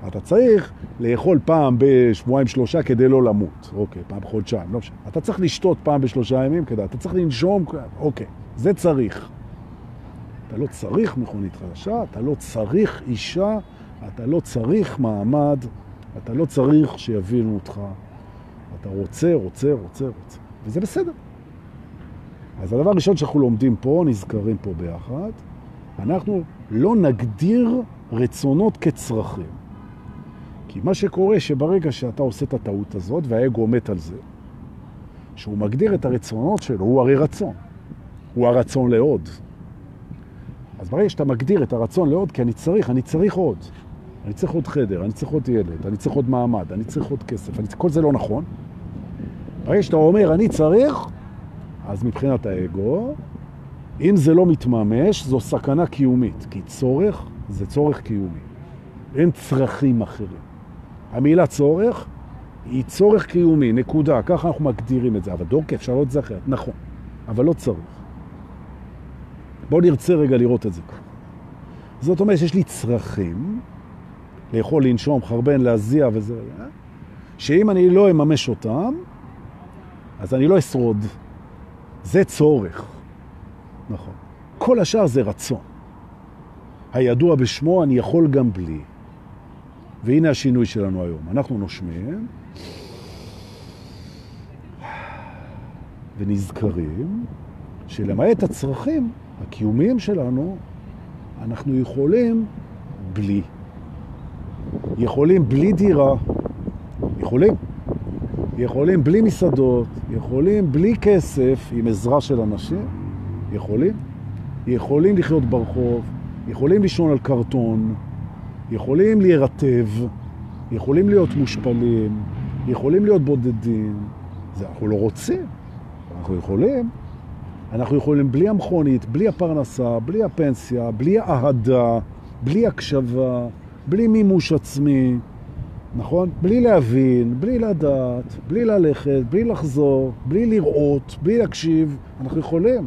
אתה צריך לאכול פעם בשבועיים שלושה כדי לא למות. אוקיי, פעם בחודשיים, לא משנה. אתה צריך לשתות פעם בשלושה ימים כדי, אתה צריך לנשום, אוקיי, זה צריך. אתה לא צריך מכונית חדשה, אתה לא צריך אישה, אתה לא צריך מעמד, אתה לא צריך שיבינו אותך. אתה רוצה. וזה בסדר. אז הדבר הראשון שאנחנו לומדים פה, נזכרים פה ביחד, אנחנו לא נגדיר רצונות כצרכים. כי מה שקורה שברגע שאתה עושה את הטעות הזאת, והאגו מת על זה, שהוא מגדיר את הרצונות שלו, הוא הרי רצון. הוא הרצון לעוד. אז ברגע שאתה מגדיר את הרצון לעוד, כי אני צריך עוד. אני צריך עוד חדר, אני צריך עוד ילד, אני צריך עוד מעמד, אני צריך עוד כסף, כל זה לא נכון. ברגע שאתה אומר, אני צריך, אז מבחינת האגו, אם זה לא מתממש, זו סכנה קיומית, כי צורך זה צורך קיומי. אין צרכים אחרים. המילה צורך היא צורך קיומי, נקודה. ככה אנחנו מגדירים את זה. אבל דורקי, אפשר לראות את זה אחרת. נכון, אבל לא צריך. בואו נרצה רגע לראות את זה כאן. זאת אומרת שיש לי צרכים, לאכול, לנשום, חרבן, להזיע וזה, שאם אני לא אממש אותם, אז אני לא אשרוד. זה צורך. נכון. כל השאר זה רצון. הידוע בשמו, אני יכול גם בלי. והנה השינוי שלנו היום. אנחנו נושמים ונזכרים שלמעט הצרכים הקיומיים שלנו, אנחנו יכולים בלי. יכולים בלי דירה. יכולים בלי מסעדות. יכולים בלי כסף עם עזרה של אנשים. יכולים לחיות ברחוב. יכולים לישון על קרטון. יכולים להירטב. יכולים להיות מושפלים. יכולים להיות בודדים. זה אנחנו לא רוצים. אנחנו יכולים בלי המכונית, בלי הפרנסה, בלי הפנסיה, בלי האהדה, בלי הקשבה, בלי מימוש עצמי, נכון? בלי להבין, בלי לדעת, בלי ללכת, בלי לחזור, בלי לראות, בלי להקשיב, אנחנו יכולים,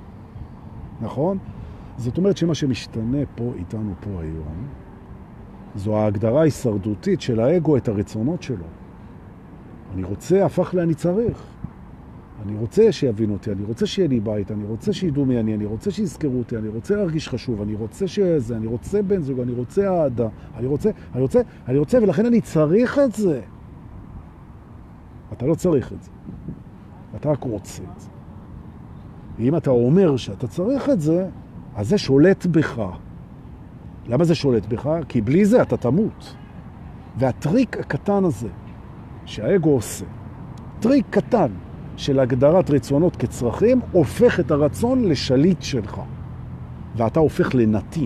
נכון? זאת אומרת שמה שמשתנה פה איתנו פה היום, זו ההגדרה ההישרדותית של האגו את הרצונות שלו. אני רוצה, הפך לאני צריך. אני רוצה שיבינו אותי, אני רוצה שיהיה לי בית, אני רוצה שידעו מי אני רוצה שיזכרו אותי, אני רוצה להרגיש חשוב, אני רוצה שזה, אני רוצה בן זוג, אני רוצה אהדה, אני רוצה, ולכן אני צריך את זה. אתה לא צריך את זה. אתה רק רוצה את זה. ואם אתה אומר שאתה צריך את זה, אז זה שולט בך. למה זה שולט בך? כי בלי זה אתה תמות. והטריק הקטן הזה שהאגו עושה, טריק קטן, של הגדרת רצונות כצרכים, הופך את הרצון לשליט שלך. ואתה הופך לנתין.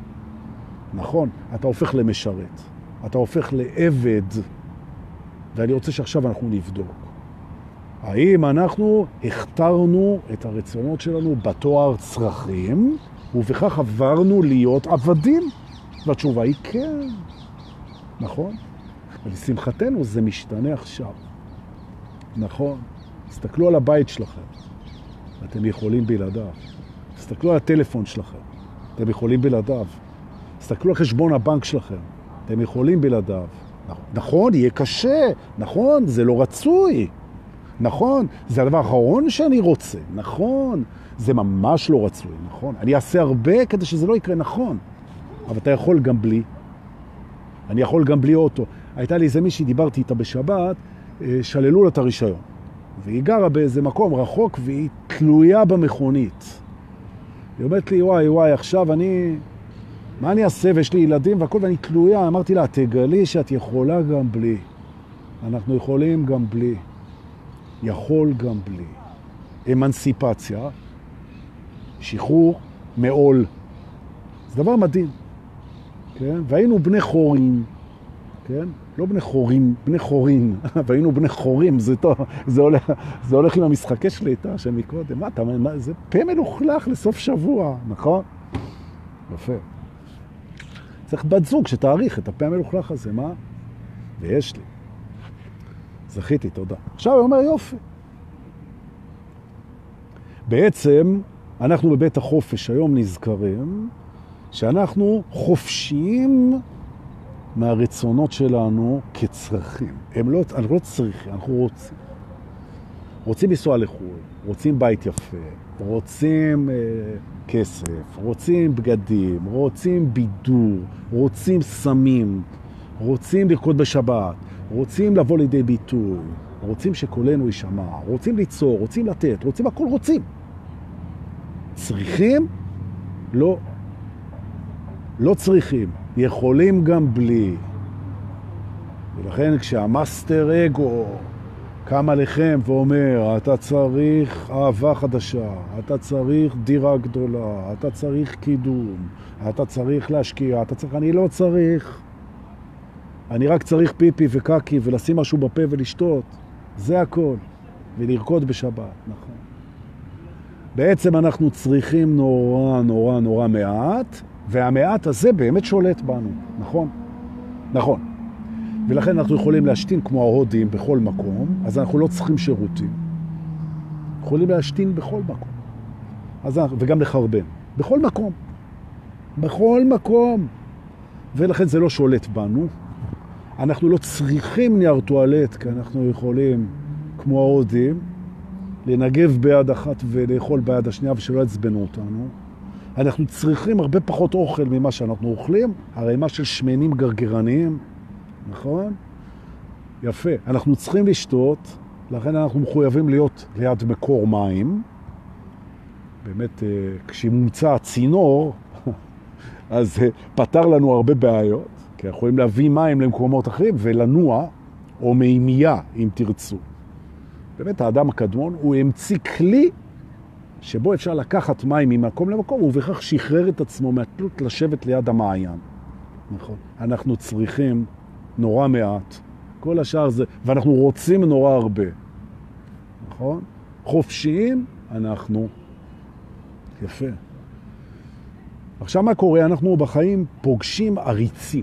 נכון? אתה הופך למשרת. אתה הופך לעבד. ואני רוצה שעכשיו אנחנו נבדוק. האם אנחנו הכתרנו את הרצונות שלנו בתואר צרכים, ובכך עברנו להיות עבדים? והתשובה היא כן. נכון? ולשמחתנו זה משתנה עכשיו. נכון? תסתכלו על הבית שלכם, אתם יכולים בלעדיו. תסתכלו על הטלפון שלכם, אתם יכולים בלעדיו. תסתכלו על חשבון הבנק שלכם, אתם יכולים בלעדיו. נכון, יהיה קשה, נכון, זה לא רצוי. נכון, זה הדבר האחרון שאני רוצה. נכון, זה ממש לא רצוי, נכון. אני אעשה הרבה כדי שזה לא יקרה, נכון. אבל אתה יכול גם בלי. אני יכול גם בלי אוטו. הייתה לי איזה מישהי, דיברתי איתה בשבת, שללו לה את הרישיון. והיא גרה באיזה מקום רחוק, והיא תלויה במכונית. היא אומרת לי, וואי, עכשיו מה אני אעשה? ויש לי ילדים והכל, ואני תלויה. אמרתי לה, תגלי שאת יכולה גם בלי. אנחנו יכולים גם בלי. יכול גם בלי. אמנסיפציה, שחרור מעול. זה דבר מדהים. כן? והיינו בני חורים. כן? לא בני חורים, בני חורין, והיינו בני חורים, זה הולך עם המשחקי שליטה שמקודם, זה פה מלוכלך לסוף שבוע, נכון? יפה. צריך בת זוג שתאריך את הפה המלוכלך הזה, מה? ויש לי. זכיתי, תודה. עכשיו הוא אומר, יופי. בעצם, אנחנו בבית החופש היום נזכרים, שאנחנו חופשיים מהרצונות שלנו כצרכים. אנחנו לא צריכים, אנחנו רוצים. רוצים לנסוע לחו"ל, רוצים בית יפה, רוצים כסף, רוצים בגדים, רוצים בידור, רוצים סמים, רוצים לרקוד בשבת, רוצים לבוא לידי ביטוי, רוצים שקולנו יישמע, רוצים ליצור, רוצים לתת, רוצים הכל רוצים. צריכים? לא. לא צריכים. יכולים גם בלי. ולכן כשהמאסטר אגו קם עליכם ואומר, אתה צריך אהבה חדשה, אתה צריך דירה גדולה, אתה צריך קידום, אתה צריך להשקיע, אני לא צריך. אני רק צריך פיפי וקקי ולשים משהו בפה ולשתות. זה הכל. ולרקוד בשבת, נכון. בעצם אנחנו צריכים נורא נורא נורא מעט, והמעט הזה באמת שולט בנו, נכון? נכון. ולכן אנחנו יכולים להשתין כמו ההודים בכל מקום, אז אנחנו לא צריכים שירותים. יכולים להשתין בכל מקום. וגם לחרבן. בכל מקום. בכל מקום. ולכן זה לא שולט בנו. אנחנו לא צריכים נייר טואלט, כי אנחנו יכולים, כמו ההודים, לנגב ביד אחת ולאכול ביד השנייה ושלא יצבנו אותנו. אנחנו צריכים הרבה פחות אוכל ממה שאנחנו אוכלים, הרעימה של שמנים גרגרניים, נכון? יפה. אנחנו צריכים לשתות, לכן אנחנו מחויבים להיות ליד מקור מים. באמת, כשמומצא הצינור, אז פתר לנו הרבה בעיות, כי אנחנו יכולים להביא מים למקומות אחרים ולנוע, או מימייה, אם תרצו. באמת, האדם הקדמון הוא המציא כלי שבו אפשר לקחת מים ממקום למקום, ובכך שחרר את עצמו מהתלות לשבת ליד המעיין. נכון. אנחנו צריכים נורא מעט. כל השאר זה, ואנחנו רוצים נורא הרבה. נכון? חופשיים אנחנו. יפה. עכשיו מה קורה? אנחנו בחיים פוגשים עריצים,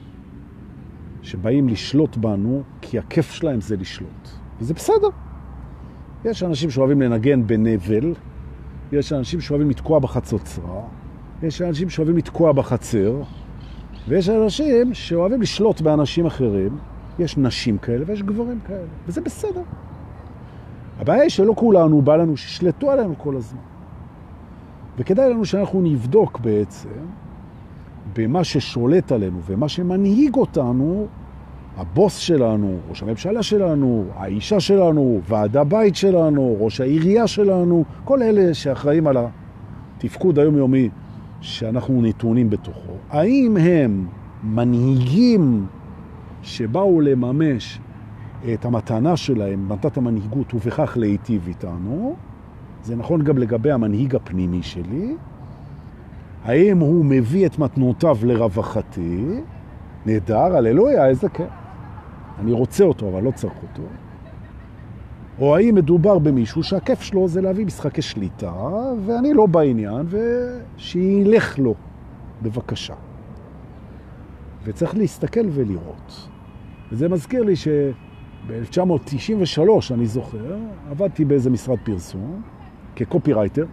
שבאים לשלוט בנו, כי הכיף שלהם זה לשלוט. וזה בסדר. יש אנשים שאוהבים לנגן בנבל, יש אנשים שאוהבים לתקוע בחצוצרה, יש אנשים שאוהבים לתקוע בחצר, ויש אנשים שאוהבים לשלוט באנשים אחרים. יש נשים כאלה ויש גברים כאלה, וזה בסדר. הבעיה היא שלא כולנו בא לנו ששלטו עלינו כל הזמן. וכדאי לנו שאנחנו נבדוק בעצם במה ששולט עלינו ומה שמנהיג אותנו, הבוס שלנו, ראש הממשלה שלנו, האישה שלנו, ועד הבית שלנו, ראש העירייה שלנו, כל אלה שאחראים על התפקוד היומיומי שאנחנו נתונים בתוכו. האם הם מנהיגים שבאו לממש את המתנה שלהם, מתת המנהיגות, ובכך להיטיב איתנו? זה נכון גם לגבי המנהיג הפנימי שלי. האם הוא מביא את מתנותיו לרווחתי? נהדר, הללויה, איזה כן. אני רוצה אותו, אבל לא צריך אותו. או האם מדובר במישהו שהכיף שלו זה להביא משחקי שליטה, ואני לא בעניין, ושילך לו, בבקשה. וצריך להסתכל ולראות. וזה מזכיר לי שב-1993, אני זוכר, עבדתי באיזה משרד פרסום, כקופירייטר,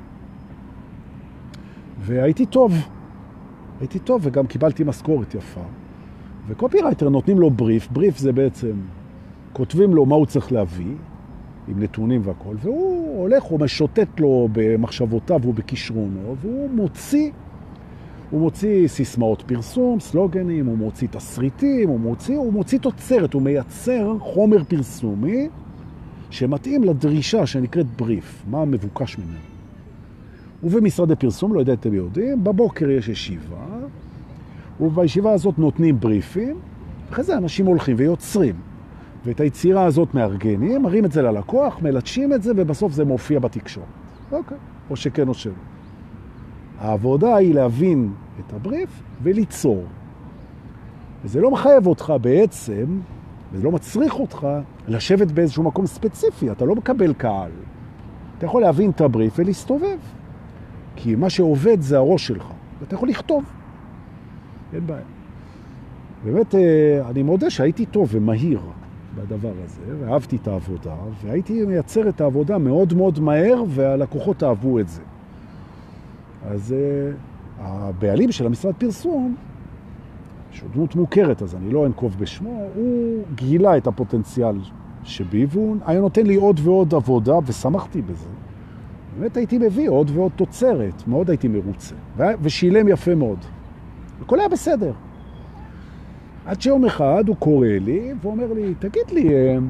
והייתי טוב. הייתי טוב וגם קיבלתי משכורת יפה. וקופירייטר נותנים לו בריף, בריף זה בעצם, כותבים לו מה הוא צריך להביא, עם נתונים והכל, והוא הולך, הוא משוטט לו במחשבותיו ובכישרונו, והוא מוציא סיסמאות פרסום, סלוגנים, הוא מוציא תסריטים, הוא מוציא תוצרת, הוא מייצר חומר פרסומי שמתאים לדרישה שנקראת בריף, מה מבוקש ממנו. ובמשרדי פרסום, לא יודע אתם יודעים, בבוקר יש ישיבה, ובישיבה הזאת נותנים בריפים, ואחרי זה אנשים הולכים ויוצרים. ואת היצירה הזאת מארגנים, מראים את זה ללקוח, מלטשים את זה, ובסוף זה מופיע בתקשורת. אוקיי, או שכן או שלא. העבודה היא להבין את הבריף וליצור. וזה לא מחייב אותך בעצם, וזה לא מצריך אותך לשבת באיזשהו מקום ספציפי, אתה לא מקבל קהל. אתה יכול להבין את הבריף ולהסתובב. כי מה שעובד זה הראש שלך, ואתה יכול לכתוב. אין בעיה. באמת, אני מודה שהייתי טוב ומהיר בדבר הזה, ואהבתי את העבודה, והייתי מייצר את העבודה מאוד מאוד מהר, והלקוחות אהבו את זה. אז הבעלים של המשרד פרסום שהוא דמות מוכרת, אז אני לא אנקוב בשמו, הוא גילה את הפוטנציאל שבי, והוא היה נותן לי עוד ועוד עבודה, ושמחתי בזה. באמת הייתי מביא עוד ועוד תוצרת, מאוד הייתי מרוצה, ושילם יפה מאוד. הכל היה בסדר. עד שיום אחד הוא קורא לי, ואומר לי, תגיד לי,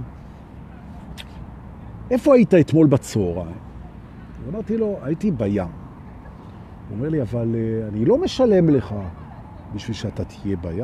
איפה היית אתמול בצהריים? אמרתי לו, הייתי בים. הוא אומר לי, אבל אני לא משלם לך בשביל שאתה תהיה בים.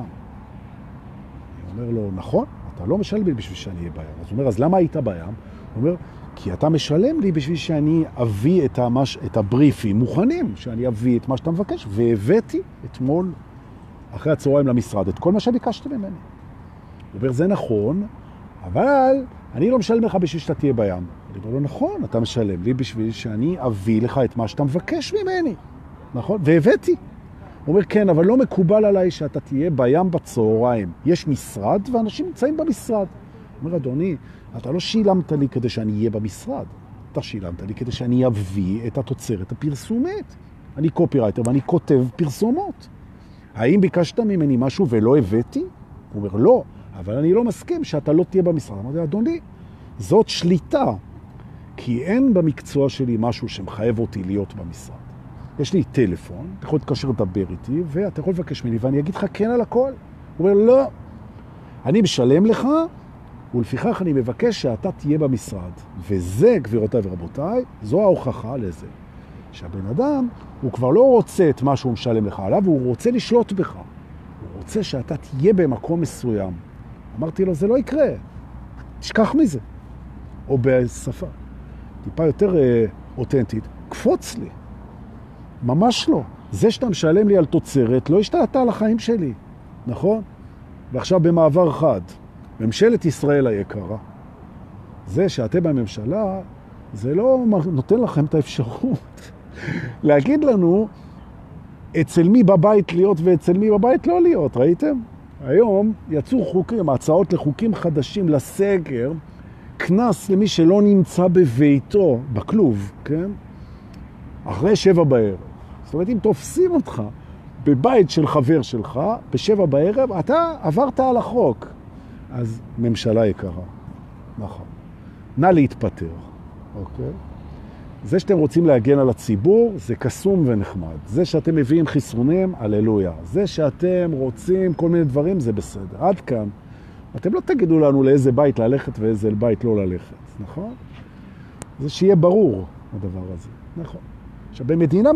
אני אומר לו, נכון, אתה לא משלם לי בשביל שאני אהיה בים. אז הוא אומר, אז למה היית בים? הוא אומר, כי אתה משלם לי בשביל שאני אביא את הבריפים מוכנים, שאני אביא את מה שאתה מבקש, והבאתי אתמול אחרי הצהריים למשרד את כל מה שביקשת ממני. הוא אומר, זה נכון, אבל אני לא משלם לך בשביל שאתה תהיה בים. אני אומר לו, נכון, אתה משלם לי בשביל שאני אביא לך את מה שאתה מבקש ממני. נכון? והבאתי. הוא אומר, כן, אבל לא מקובל עליי שאתה תהיה בים בצהריים. יש משרד ואנשים נמצאים במשרד. הוא אומר, אדוני, אתה לא שילמת לי כדי שאני אהיה במשרד. אתה שילמת לי כדי שאני אביא את התוצרת הפרסומית. אני קופירייטר ואני כותב פרסומות. האם ביקשת ממני משהו ולא הבאתי? הוא אומר, לא, אבל אני לא מסכים שאתה לא תהיה במשרד. אמרתי, אדוני, זאת שליטה, כי אין במקצוע שלי משהו שמחייב אותי להיות במשרד. יש לי טלפון, אתה יכול להתקשר לדבר איתי, ואתה יכול לבקש ממני, ואני אגיד לך כן על הכל. הוא אומר, לא, אני משלם לך, ולפיכך אני מבקש שאתה תהיה במשרד. וזה, גבירותיי ורבותיי, זו ההוכחה לזה. שהבן אדם, הוא כבר לא רוצה את מה שהוא משלם לך עליו, הוא רוצה לשלוט בך. הוא רוצה שאתה תהיה במקום מסוים. אמרתי לו, זה לא יקרה. תשכח מזה. או בשפה טיפה יותר אותנטית, קפוץ לי. ממש לא. זה שאתה משלם לי על תוצרת, לא השתלטת על החיים שלי. נכון? ועכשיו במעבר חד, ממשלת ישראל היקרה, זה שאתם בממשלה, זה לא נותן לכם את האפשרות להגיד לנו אצל מי בבית להיות ואצל מי בבית לא להיות, ראיתם? היום יצאו חוקים, הצעות לחוקים חדשים לסגר, כנס למי שלא נמצא בביתו, בכלוב, כן? אחרי 7 בערב. זאת אומרת, אם תופסים אותך בבית של חבר שלך, ב7 בערב, אתה עברת על החוק. אז ממשלה יקרה. נכון. נא להתפטר. אוקיי? זה שאתם רוצים להגן על הציבור, זה קסום ונחמד. זה שאתם מביאים חיסונים, הללויה. זה שאתם רוצים כל מיני דברים, זה בסדר. עד כאן. אתם לא תגידו לנו לאיזה בית ללכת ואיזה בית לא ללכת. נכון? זה שיהיה ברור, הדבר הזה. נכון. עכשיו, במדינה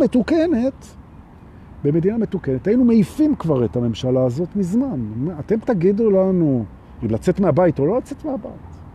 מתוקנת, היינו מעיפים כבר את הממשלה הזאת מזמן. אתם תגידו לנו אם לצאת מהבית או לא לצאת מהבית.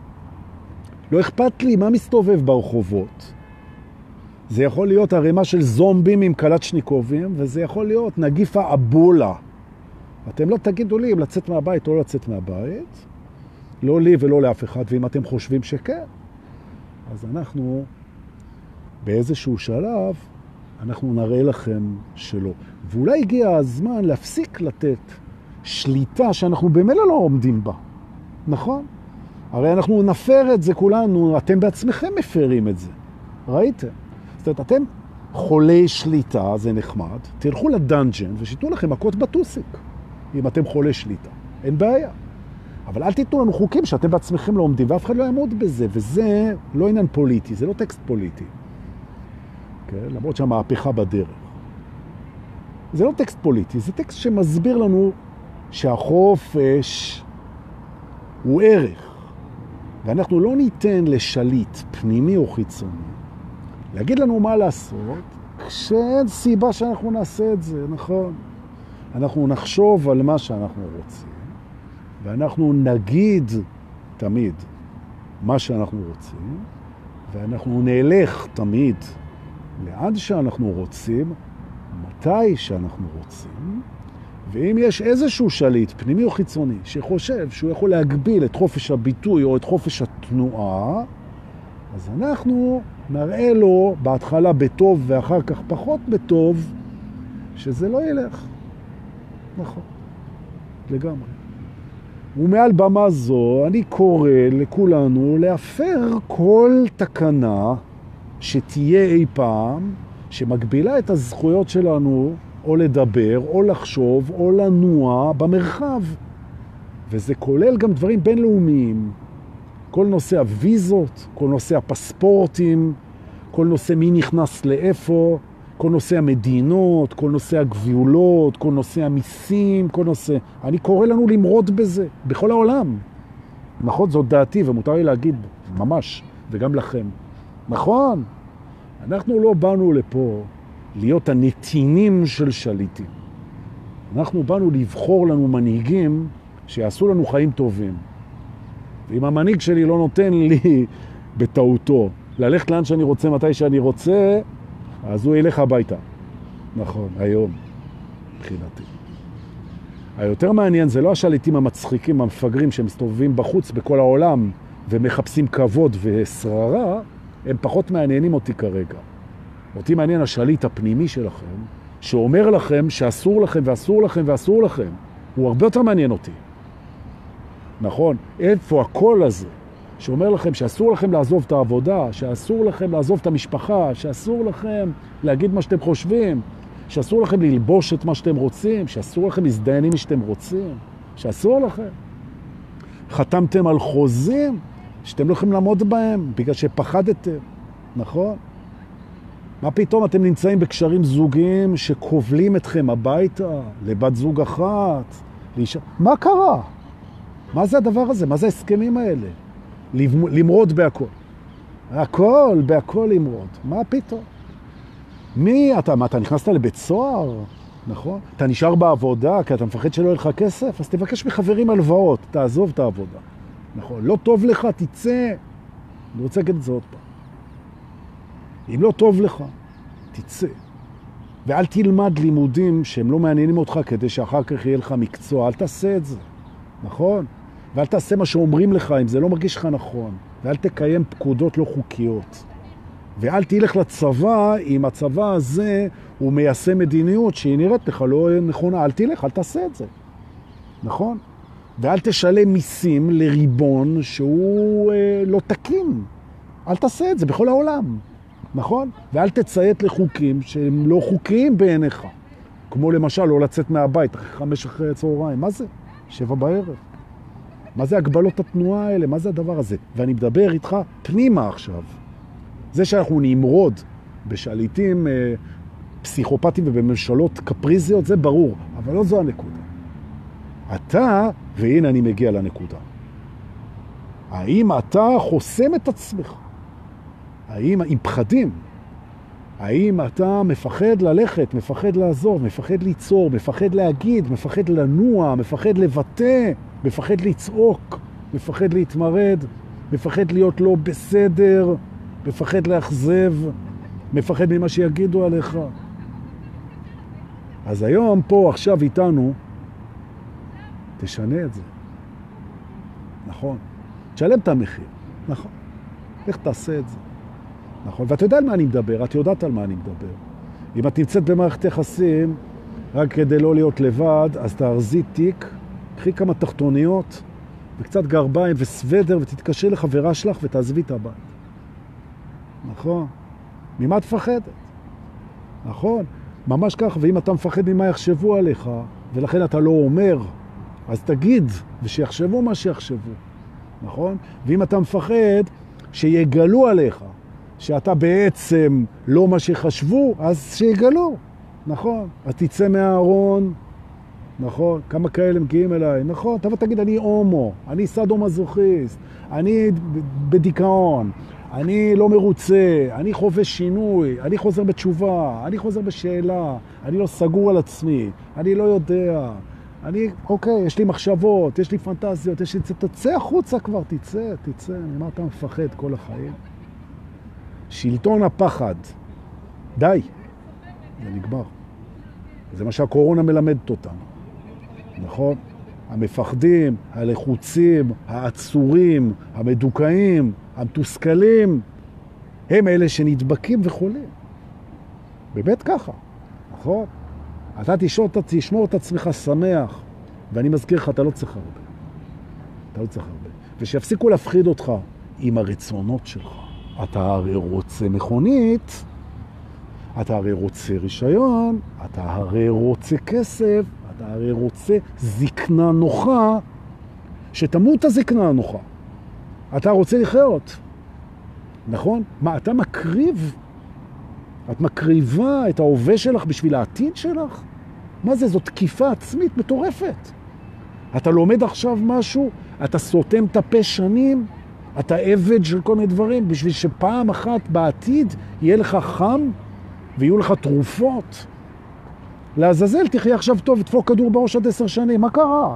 לא אכפת לי מה מסתובב ברחובות. זה יכול להיות הרמה של זומבים עם קלצ'ניקובים, וזה יכול להיות נגיף האבולה. אתם לא תגידו לי אם לצאת מהבית או לא לצאת מהבית. לא לי ולא לאף אחד, ואם אתם חושבים שכן, אז אנחנו באיזשהו שלב, אנחנו נראה לכם שלא. ואולי הגיע הזמן להפסיק לתת שליטה שאנחנו במילא לא עומדים בה. נכון? הרי אנחנו נפר את זה כולנו, אתם בעצמכם מפרים את זה. ראיתם? זאת אומרת, אתם חולי שליטה, זה נחמד, תלכו לדנג'ן ושיתנו לכם מכות בטוסיק, אם אתם חולי שליטה. אין בעיה. אבל אל תיתנו לנו חוקים שאתם בעצמכם לא עומדים, ואף אחד לא יעמוד בזה, וזה לא עניין פוליטי, זה לא טקסט פוליטי. כן? למרות שהמהפכה בדרך. זה לא טקסט פוליטי, זה טקסט שמסביר לנו שהחופש הוא ערך, ואנחנו לא ניתן לשליט פנימי או חיצוני להגיד לנו מה לעשות, כשאין סיבה שאנחנו נעשה את זה, נכון? אנחנו נחשוב על מה שאנחנו רוצים, ואנחנו נגיד תמיד מה שאנחנו רוצים, ואנחנו נלך תמיד לאן שאנחנו רוצים, מתי שאנחנו רוצים, ואם יש איזשהו שליט, פנימי או חיצוני, שחושב שהוא יכול להגביל את חופש הביטוי או את חופש התנועה, אז אנחנו נראה לו בהתחלה בטוב ואחר כך פחות בטוב, שזה לא ילך. נכון. לגמרי. ומעל במה זו אני קורא לכולנו להפר כל תקנה שתהיה אי פעם, שמגבילה את הזכויות שלנו או לדבר, או לחשוב, או לנוע במרחב. וזה כולל גם דברים בינלאומיים. כל נושא הוויזות, כל נושא הפספורטים, כל נושא מי נכנס לאיפה, כל נושא המדינות, כל נושא הגבולות, כל נושא המיסים, כל נושא... אני קורא לנו למרוד בזה, בכל העולם. נכון, זאת דעתי, ומותר לי להגיד ממש, וגם לכם. נכון, אנחנו לא באנו לפה להיות הנתינים של שליטים. אנחנו באנו לבחור לנו מנהיגים שיעשו לנו חיים טובים. ואם המנהיג שלי לא נותן לי בטעותו ללכת לאן שאני רוצה, מתי שאני רוצה, אז הוא ילך הביתה. נכון, היום, מבחינתי. היותר מעניין זה לא השליטים המצחיקים, המפגרים שמסתובבים בחוץ בכל העולם ומחפשים כבוד ושררה, הם פחות מעניינים אותי כרגע. אותי מעניין השליט הפנימי שלכם, שאומר לכם שאסור לכם ואסור לכם ואסור לכם. הוא הרבה יותר מעניין אותי. נכון? איפה הקול הזה שאומר לכם שאסור לכם לעזוב את העבודה, שאסור לכם לעזוב את המשפחה, שאסור לכם להגיד מה שאתם חושבים, שאסור לכם ללבוש את מה שאתם רוצים, שאסור לכם להזדיין עם מה שאתם רוצים, שאסור לכם. חתמתם על חוזים שאתם לא יכולים לעמוד בהם בגלל שפחדתם, נכון? מה פתאום אתם נמצאים בקשרים זוגיים שקובלים אתכם הביתה, לבת זוג אחת, מה קרה? מה זה הדבר הזה? מה זה ההסכמים האלה? למרוד בהכל. הכל, בהכל למרוד. מה פתאום? מה, אתה נכנסת לבית סוהר? נכון? אתה נשאר בעבודה כי אתה מפחד שלא יהיה לך כסף? אז תבקש מחברים הלוואות, תעזוב את העבודה. נכון? לא טוב לך, תצא. אני רוצה להגיד את זה עוד פעם. אם לא טוב לך, תצא. ואל תלמד לימודים שהם לא מעניינים אותך כדי שאחר כך יהיה לך מקצוע. אל תעשה את זה. נכון? ואל תעשה מה שאומרים לך אם זה לא מרגיש לך נכון. ואל תקיים פקודות לא חוקיות. ואל תלך לצבא אם הצבא הזה הוא מיישם מדיניות שהיא נראית לך לא נכונה. אל תלך, אל תעשה את זה. נכון? ואל תשלם מיסים לריבון שהוא לא תקין. אל תעשה את זה בכל העולם. נכון? ואל תציית לחוקים שהם לא חוקיים בעיניך. כמו למשל לא לצאת מהבית אחרי 5 אחרי הצהריים. מה זה? 7 בערב. מה זה הגבלות התנועה האלה? מה זה הדבר הזה? ואני מדבר איתך פנימה עכשיו. זה שאנחנו נמרוד בשליטים פסיכופטיים ובממשלות קפריזיות, זה ברור. אבל לא זו הנקודה. אתה, והנה אני מגיע לנקודה. האם אתה חוסם את עצמך? האם, עם פחדים, האם אתה מפחד ללכת, מפחד לעזוב, מפחד ליצור, מפחד להגיד, מפחד לנוע, מפחד לבטא, מפחד לצעוק, מפחד להתמרד, מפחד להיות לא בסדר, מפחד לאכזב, מפחד ממה שיגידו עליך. אז היום פה עכשיו איתנו, תשנה את זה. נכון. תשלם את המחיר. נכון. איך תעשה את זה? נכון. ואתה יודע על מה אני מדבר, את יודעת על מה אני מדבר. אם את נמצאת במערכת יחסים, רק כדי לא להיות לבד, אז תארזי תיק, קחי כמה תחתוניות, וקצת גרביים וסוודר, ותתקשר לחברה שלך ותעזבי את הבית. נכון. ממה את מפחדת? נכון. ממש כך, ואם אתה מפחד ממה יחשבו עליך, ולכן אתה לא אומר, אז תגיד, ושיחשבו מה שיחשבו. נכון? ואם אתה מפחד שיגלו עליך, שאתה בעצם לא מה שחשבו, אז שיגלו. נכון. אז תצא מהארון. נכון. כמה כאלה מגיעים אליי. נכון. תגיד, אני הומו, אני סאדו-מזוכיסט, אני בדיכאון, אני לא מרוצה, אני חווה שינוי, אני חוזר בתשובה, אני חוזר בשאלה, אני לא סגור על עצמי, אני לא יודע. אוקיי, יש לי מחשבות, יש לי פנטזיות, תצא החוצה כבר, תצא. ממה אתה מפחד כל החיים? שלטון הפחד. די. זה נגמר. זה מה שהקורונה מלמדת אותנו. נכון? המפחדים, הלחוצים, העצורים, המדוכאים, המתוסכלים, הם אלה שנדבקים וחולים. באמת ככה. נכון? אתה תשמור את עצמך שמח, ואני מזכיר לך, אתה לא צריך הרבה. אתה לא צריך הרבה. ושיפסיקו להפחיד אותך עם הרצונות שלך. אתה הרי רוצה מכונית, אתה הרי רוצה רישיון, אתה הרי רוצה כסף, אתה הרי רוצה זקנה נוחה, שתמות הזקנה הנוחה. אתה רוצה לחיות, נכון? מה, אתה מקריב? את מקריבה את ההווה שלך בשביל העתיד שלך? מה זה? זאת תקיפה עצמית מטורפת. אתה לומד עכשיו משהו, אתה סותם את הפה שנים, אתה עבד של כל מיני דברים, בשביל שפעם אחת בעתיד יהיה לך חם ויהיו לך תרופות. לעזאזל, תחיה עכשיו טוב, תפוק כדור בראש עד 10 שנים, מה קרה?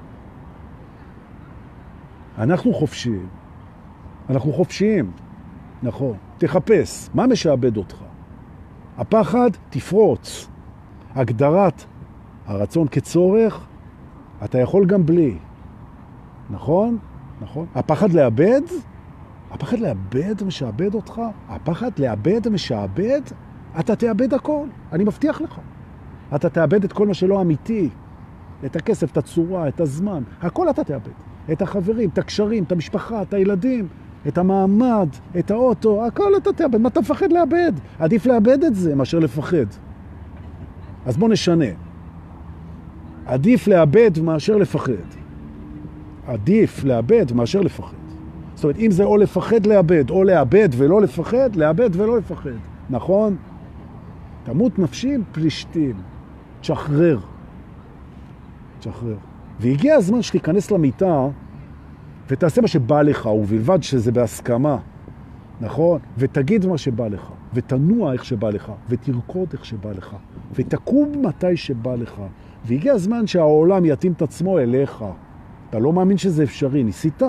אנחנו חופשיים. אנחנו חופשיים, נכון. תחפש, מה משעבד אותך? הפחד, תפרוץ. הגדרת הרצון כצורך, אתה יכול גם בלי. נכון? נכון. הפחד לאבד? הפחד לאבד משעבד אותך? הפחד לאבד משעבד? אתה תאבד הכל, אני מבטיח לך. אתה תאבד את כל מה שלא אמיתי. את הכסף, את הצורה, את הזמן. הכל אתה תאבד. את החברים, את הקשרים, את המשפחה, את הילדים, את המעמד, את האוטו, הכל אתה תאבד. מה אתה מפחד לאבד? עדיף לאבד את זה מאשר לפחד. אז בוא נשנה. עדיף לאבד מאשר לפחד. עדיף לאבד מאשר לפחד. זאת אומרת, אם זה או לפחד לאבד, או לאבד ולא לפחד, לאבד ולא לפחד. נכון? תמות נפשים פלישתים. תשחרר. תשחרר. והגיע הזמן שתיכנס למיטה ותעשה מה שבא לך, ובלבד שזה בהסכמה. נכון? ותגיד מה שבא לך, ותנוע איך שבא לך, ותרקוד איך שבא לך, ותקום מתי שבא לך. והגיע הזמן שהעולם יתאים את עצמו אליך. אתה לא מאמין שזה אפשרי, ניסית?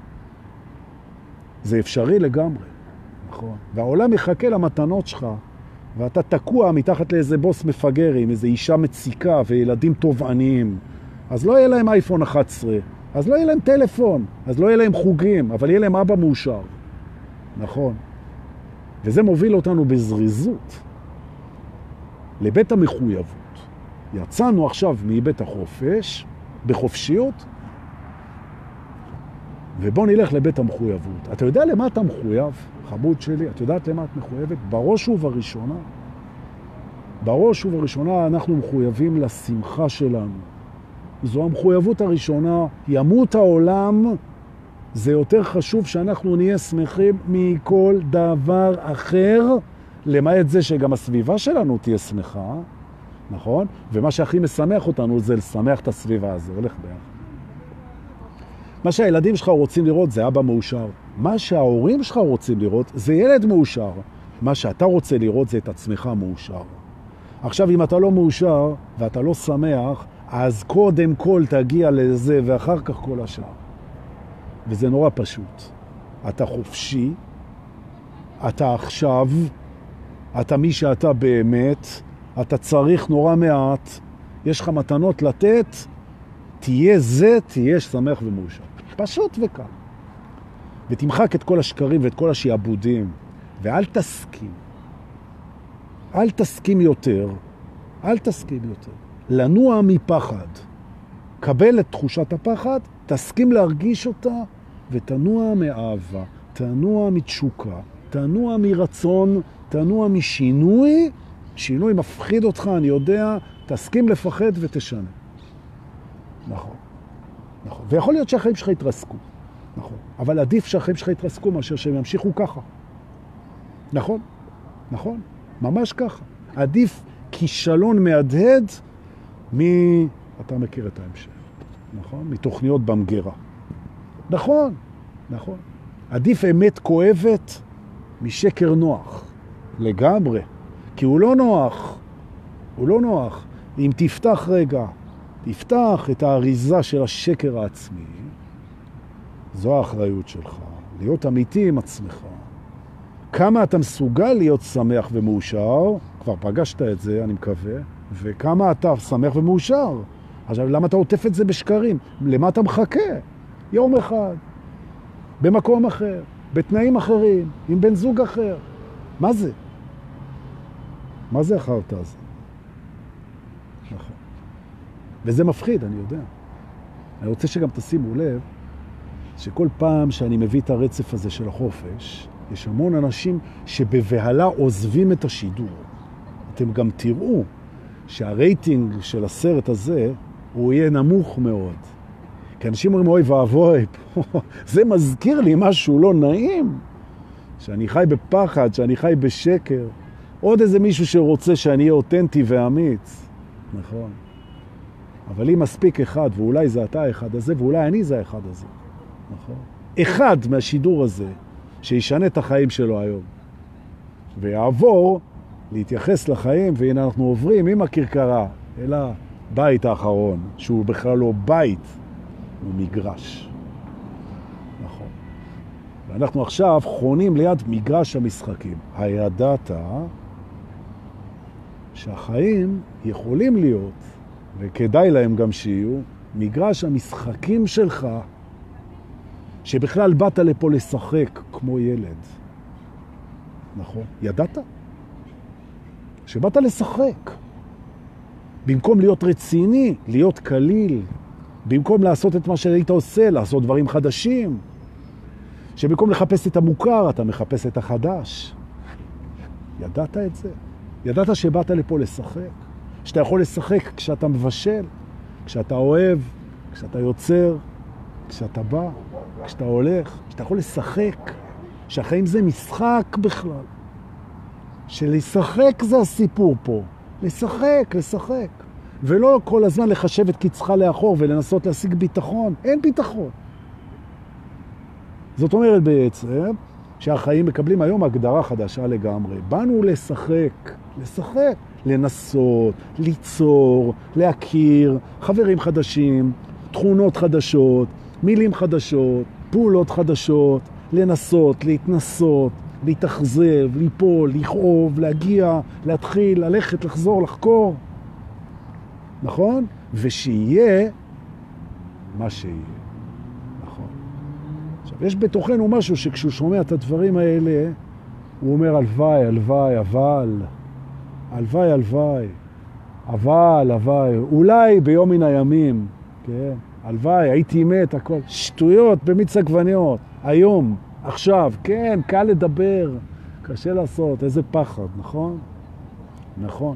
זה אפשרי לגמרי, נכון. והעולם יחכה למתנות שלך, ואתה תקוע מתחת לאיזה בוס מפגר עם איזו אישה מציקה וילדים טובעניים. אז לא יהיה להם אייפון 11, אז לא יהיה להם טלפון, אז לא יהיה להם חוגים, אבל יהיה להם אבא מאושר. נכון. וזה מוביל אותנו בזריזות לבית המחויבות. יצאנו עכשיו מבית החופש, בחופשיות, ובוא נלך לבית המחויבות. אתה יודע למה אתה מחויב, חמוד שלי? את יודעת למה את מחויבת? בראש ובראשונה. בראש ובראשונה אנחנו מחויבים לשמחה שלנו. זו המחויבות הראשונה. ימות העולם, זה יותר חשוב שאנחנו נהיה שמחים מכל דבר אחר, למעט זה שגם הסביבה שלנו תהיה שמחה, נכון? ומה שהכי משמח אותנו זה לשמח את הסביבה, זה הולך ביחד. מה שהילדים שלך רוצים לראות זה אבא מאושר. מה שההורים שלך רוצים לראות זה ילד מאושר. מה שאתה רוצה לראות זה את עצמך מאושר. עכשיו, אם אתה לא מאושר ואתה לא שמח, אז קודם כל תגיע לזה ואחר כך כל השאר. וזה נורא פשוט. אתה חופשי, אתה עכשיו, אתה מי שאתה באמת, אתה צריך נורא מעט, יש לך מתנות לתת, תהיה זה, תהיה שמח ומאושר. פשוט וכאן. ותמחק את כל השקרים ואת כל השיעבודים, ואל תסכים. אל תסכים יותר. אל תסכים יותר. לנוע מפחד. קבל את תחושת הפחד, תסכים להרגיש אותה, ותנוע מאהבה, תנוע מתשוקה, תנוע מרצון, תנוע משינוי. שינוי מפחיד אותך, אני יודע, תסכים לפחד ותשנה. נכון. נכון. ויכול להיות שהחיים שלך יתרסקו. נכון. אבל עדיף שהחיים שלך יתרסקו מאשר שהם ימשיכו ככה. נכון? נכון? ממש ככה. עדיף כישלון מהדהד אתה מכיר את ההמשך. נכון? מתוכניות במגרה. נכון. נכון. עדיף אמת כואבת משקר נוח. לגמרי. כי הוא לא נוח. הוא לא נוח. אם תפתח רגע, תפתח את האריזה של השקר העצמי, זו האחריות שלך. להיות אמיתי עם עצמך. כמה אתה מסוגל להיות שמח ומאושר, כבר פגשת את זה, אני מקווה, וכמה אתה שמח ומאושר. עכשיו, למה אתה עוטף את זה בשקרים? למה אתה מחכה? יום אחד, במקום אחר, בתנאים אחרים, עם בן זוג אחר. מה זה? מה זה החרטא הזה? נכון. וזה מפחיד, אני יודע. אני רוצה שגם תשימו לב שכל פעם שאני מביא את הרצף הזה של החופש, יש המון אנשים שבבהלה עוזבים את השידור. אתם גם תראו שהרייטינג של הסרט הזה הוא יהיה נמוך מאוד. כי אנשים אומרים, אוי ואבוי, זה מזכיר לי משהו לא נעים, שאני חי בפחד, שאני חי בשקר. עוד איזה מישהו שרוצה שאני אהיה אותנטי ואמיץ. נכון. אבל אם מספיק אחד, ואולי זה אתה האחד הזה, ואולי אני זה האחד הזה. נכון. אחד מהשידור הזה, שישנה את החיים שלו היום, ויעבור להתייחס לחיים, והנה אנחנו עוברים עם הכרכרה, אל הבית האחרון, שהוא בכלל לא בית, הוא מגרש. נכון. ואנחנו עכשיו חונים ליד מגרש המשחקים. הידעת שהחיים יכולים להיות, וכדאי להם גם שיהיו, מגרש המשחקים שלך, שבכלל באת לפה לשחק כמו ילד. נכון? ידעת? שבאת לשחק. במקום להיות רציני, להיות קליל, במקום לעשות את מה שהיית עושה, לעשות דברים חדשים, שבמקום לחפש את המוכר, אתה מחפש את החדש. ידעת את זה? ידעת שבאת לפה לשחק? שאתה יכול לשחק כשאתה מבשל, כשאתה אוהב, כשאתה יוצר, כשאתה בא, כשאתה הולך, שאתה יכול לשחק, שהחיים זה משחק בכלל. שלשחק זה הסיפור פה. לשחק, לשחק. ולא כל הזמן לחשב את קצחה לאחור ולנסות להשיג ביטחון. אין ביטחון. זאת אומרת בעצם שהחיים מקבלים היום הגדרה חדשה לגמרי. באנו לשחק, לשחק, לנסות, ליצור, להכיר, חברים חדשים, תכונות חדשות, מילים חדשות, פעולות חדשות, לנסות, להתנסות, להתאכזב, ליפול, לכאוב, להגיע, להתחיל, ללכת, לחזור, לחקור. נכון? ושיהיה מה שיהיה. נכון. עכשיו, יש בתוכנו משהו שכשהוא שומע את הדברים האלה, הוא אומר הלוואי, הלוואי, אבל, הלוואי, הלוואי, אבל, אולי ביום מן הימים, כן? הלוואי, הייתי מת, הכל, שטויות במיץ עגבניות, היום, עכשיו, כן, קל לדבר, קשה לעשות, איזה פחד, נכון? נכון.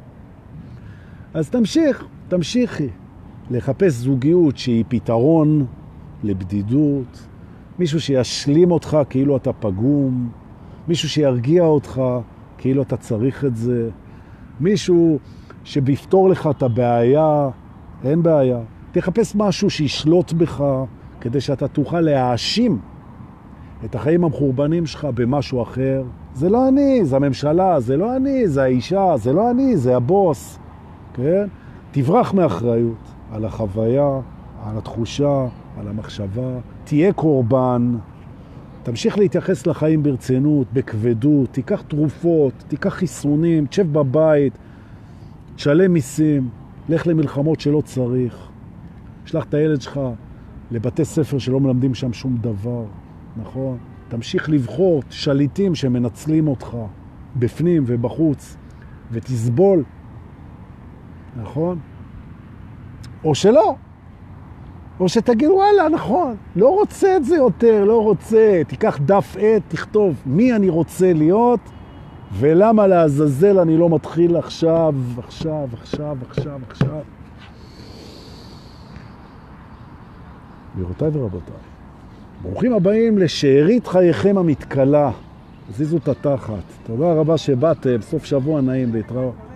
אז תמשיכי לחפש זוגיות שהיא פתרון לבדידות, מישהו שישלים אותך כאילו אתה פגום, מישהו שירגיע אותך כאילו אתה צריך את זה, מישהו שביפתור לך את הבעיה, אין בעיה. תחפש משהו שישלוט בך כדי שאתה תוכל להאשים את החיים המחורבנים שלך במשהו אחר. זה לא אני, זה הממשלה, זה לא אני, זה האישה, זה לא אני, זה הבוס. כן? תברח מאחריות על החוויה, על התחושה, על המחשבה. תהיה קורבן. תמשיך להתייחס לחיים ברצינות, בכבדות. תיקח תרופות, תיקח חיסונים, תשב בבית, תשלם מיסים, לך למלחמות שלא צריך. שלח את הילד שלך לבתי ספר שלא מלמדים שם שום דבר. נכון? תמשיך לבחור שליטים שמנצלים אותך בפנים ובחוץ, ותסבול. נכון? או שלא. או שתגיד, וואלה, נכון, לא רוצה את זה יותר, לא רוצה. תיקח דף עט, תכתוב מי אני רוצה להיות, ולמה לעזאזל אני לא מתחיל עכשיו. גבירותיי ורבותיי, ברוכים הבאים לשארית חייכם המתקלה. זיזו את התחת. תודה רבה שבאתם, סוף שבוע נעים, להתראות.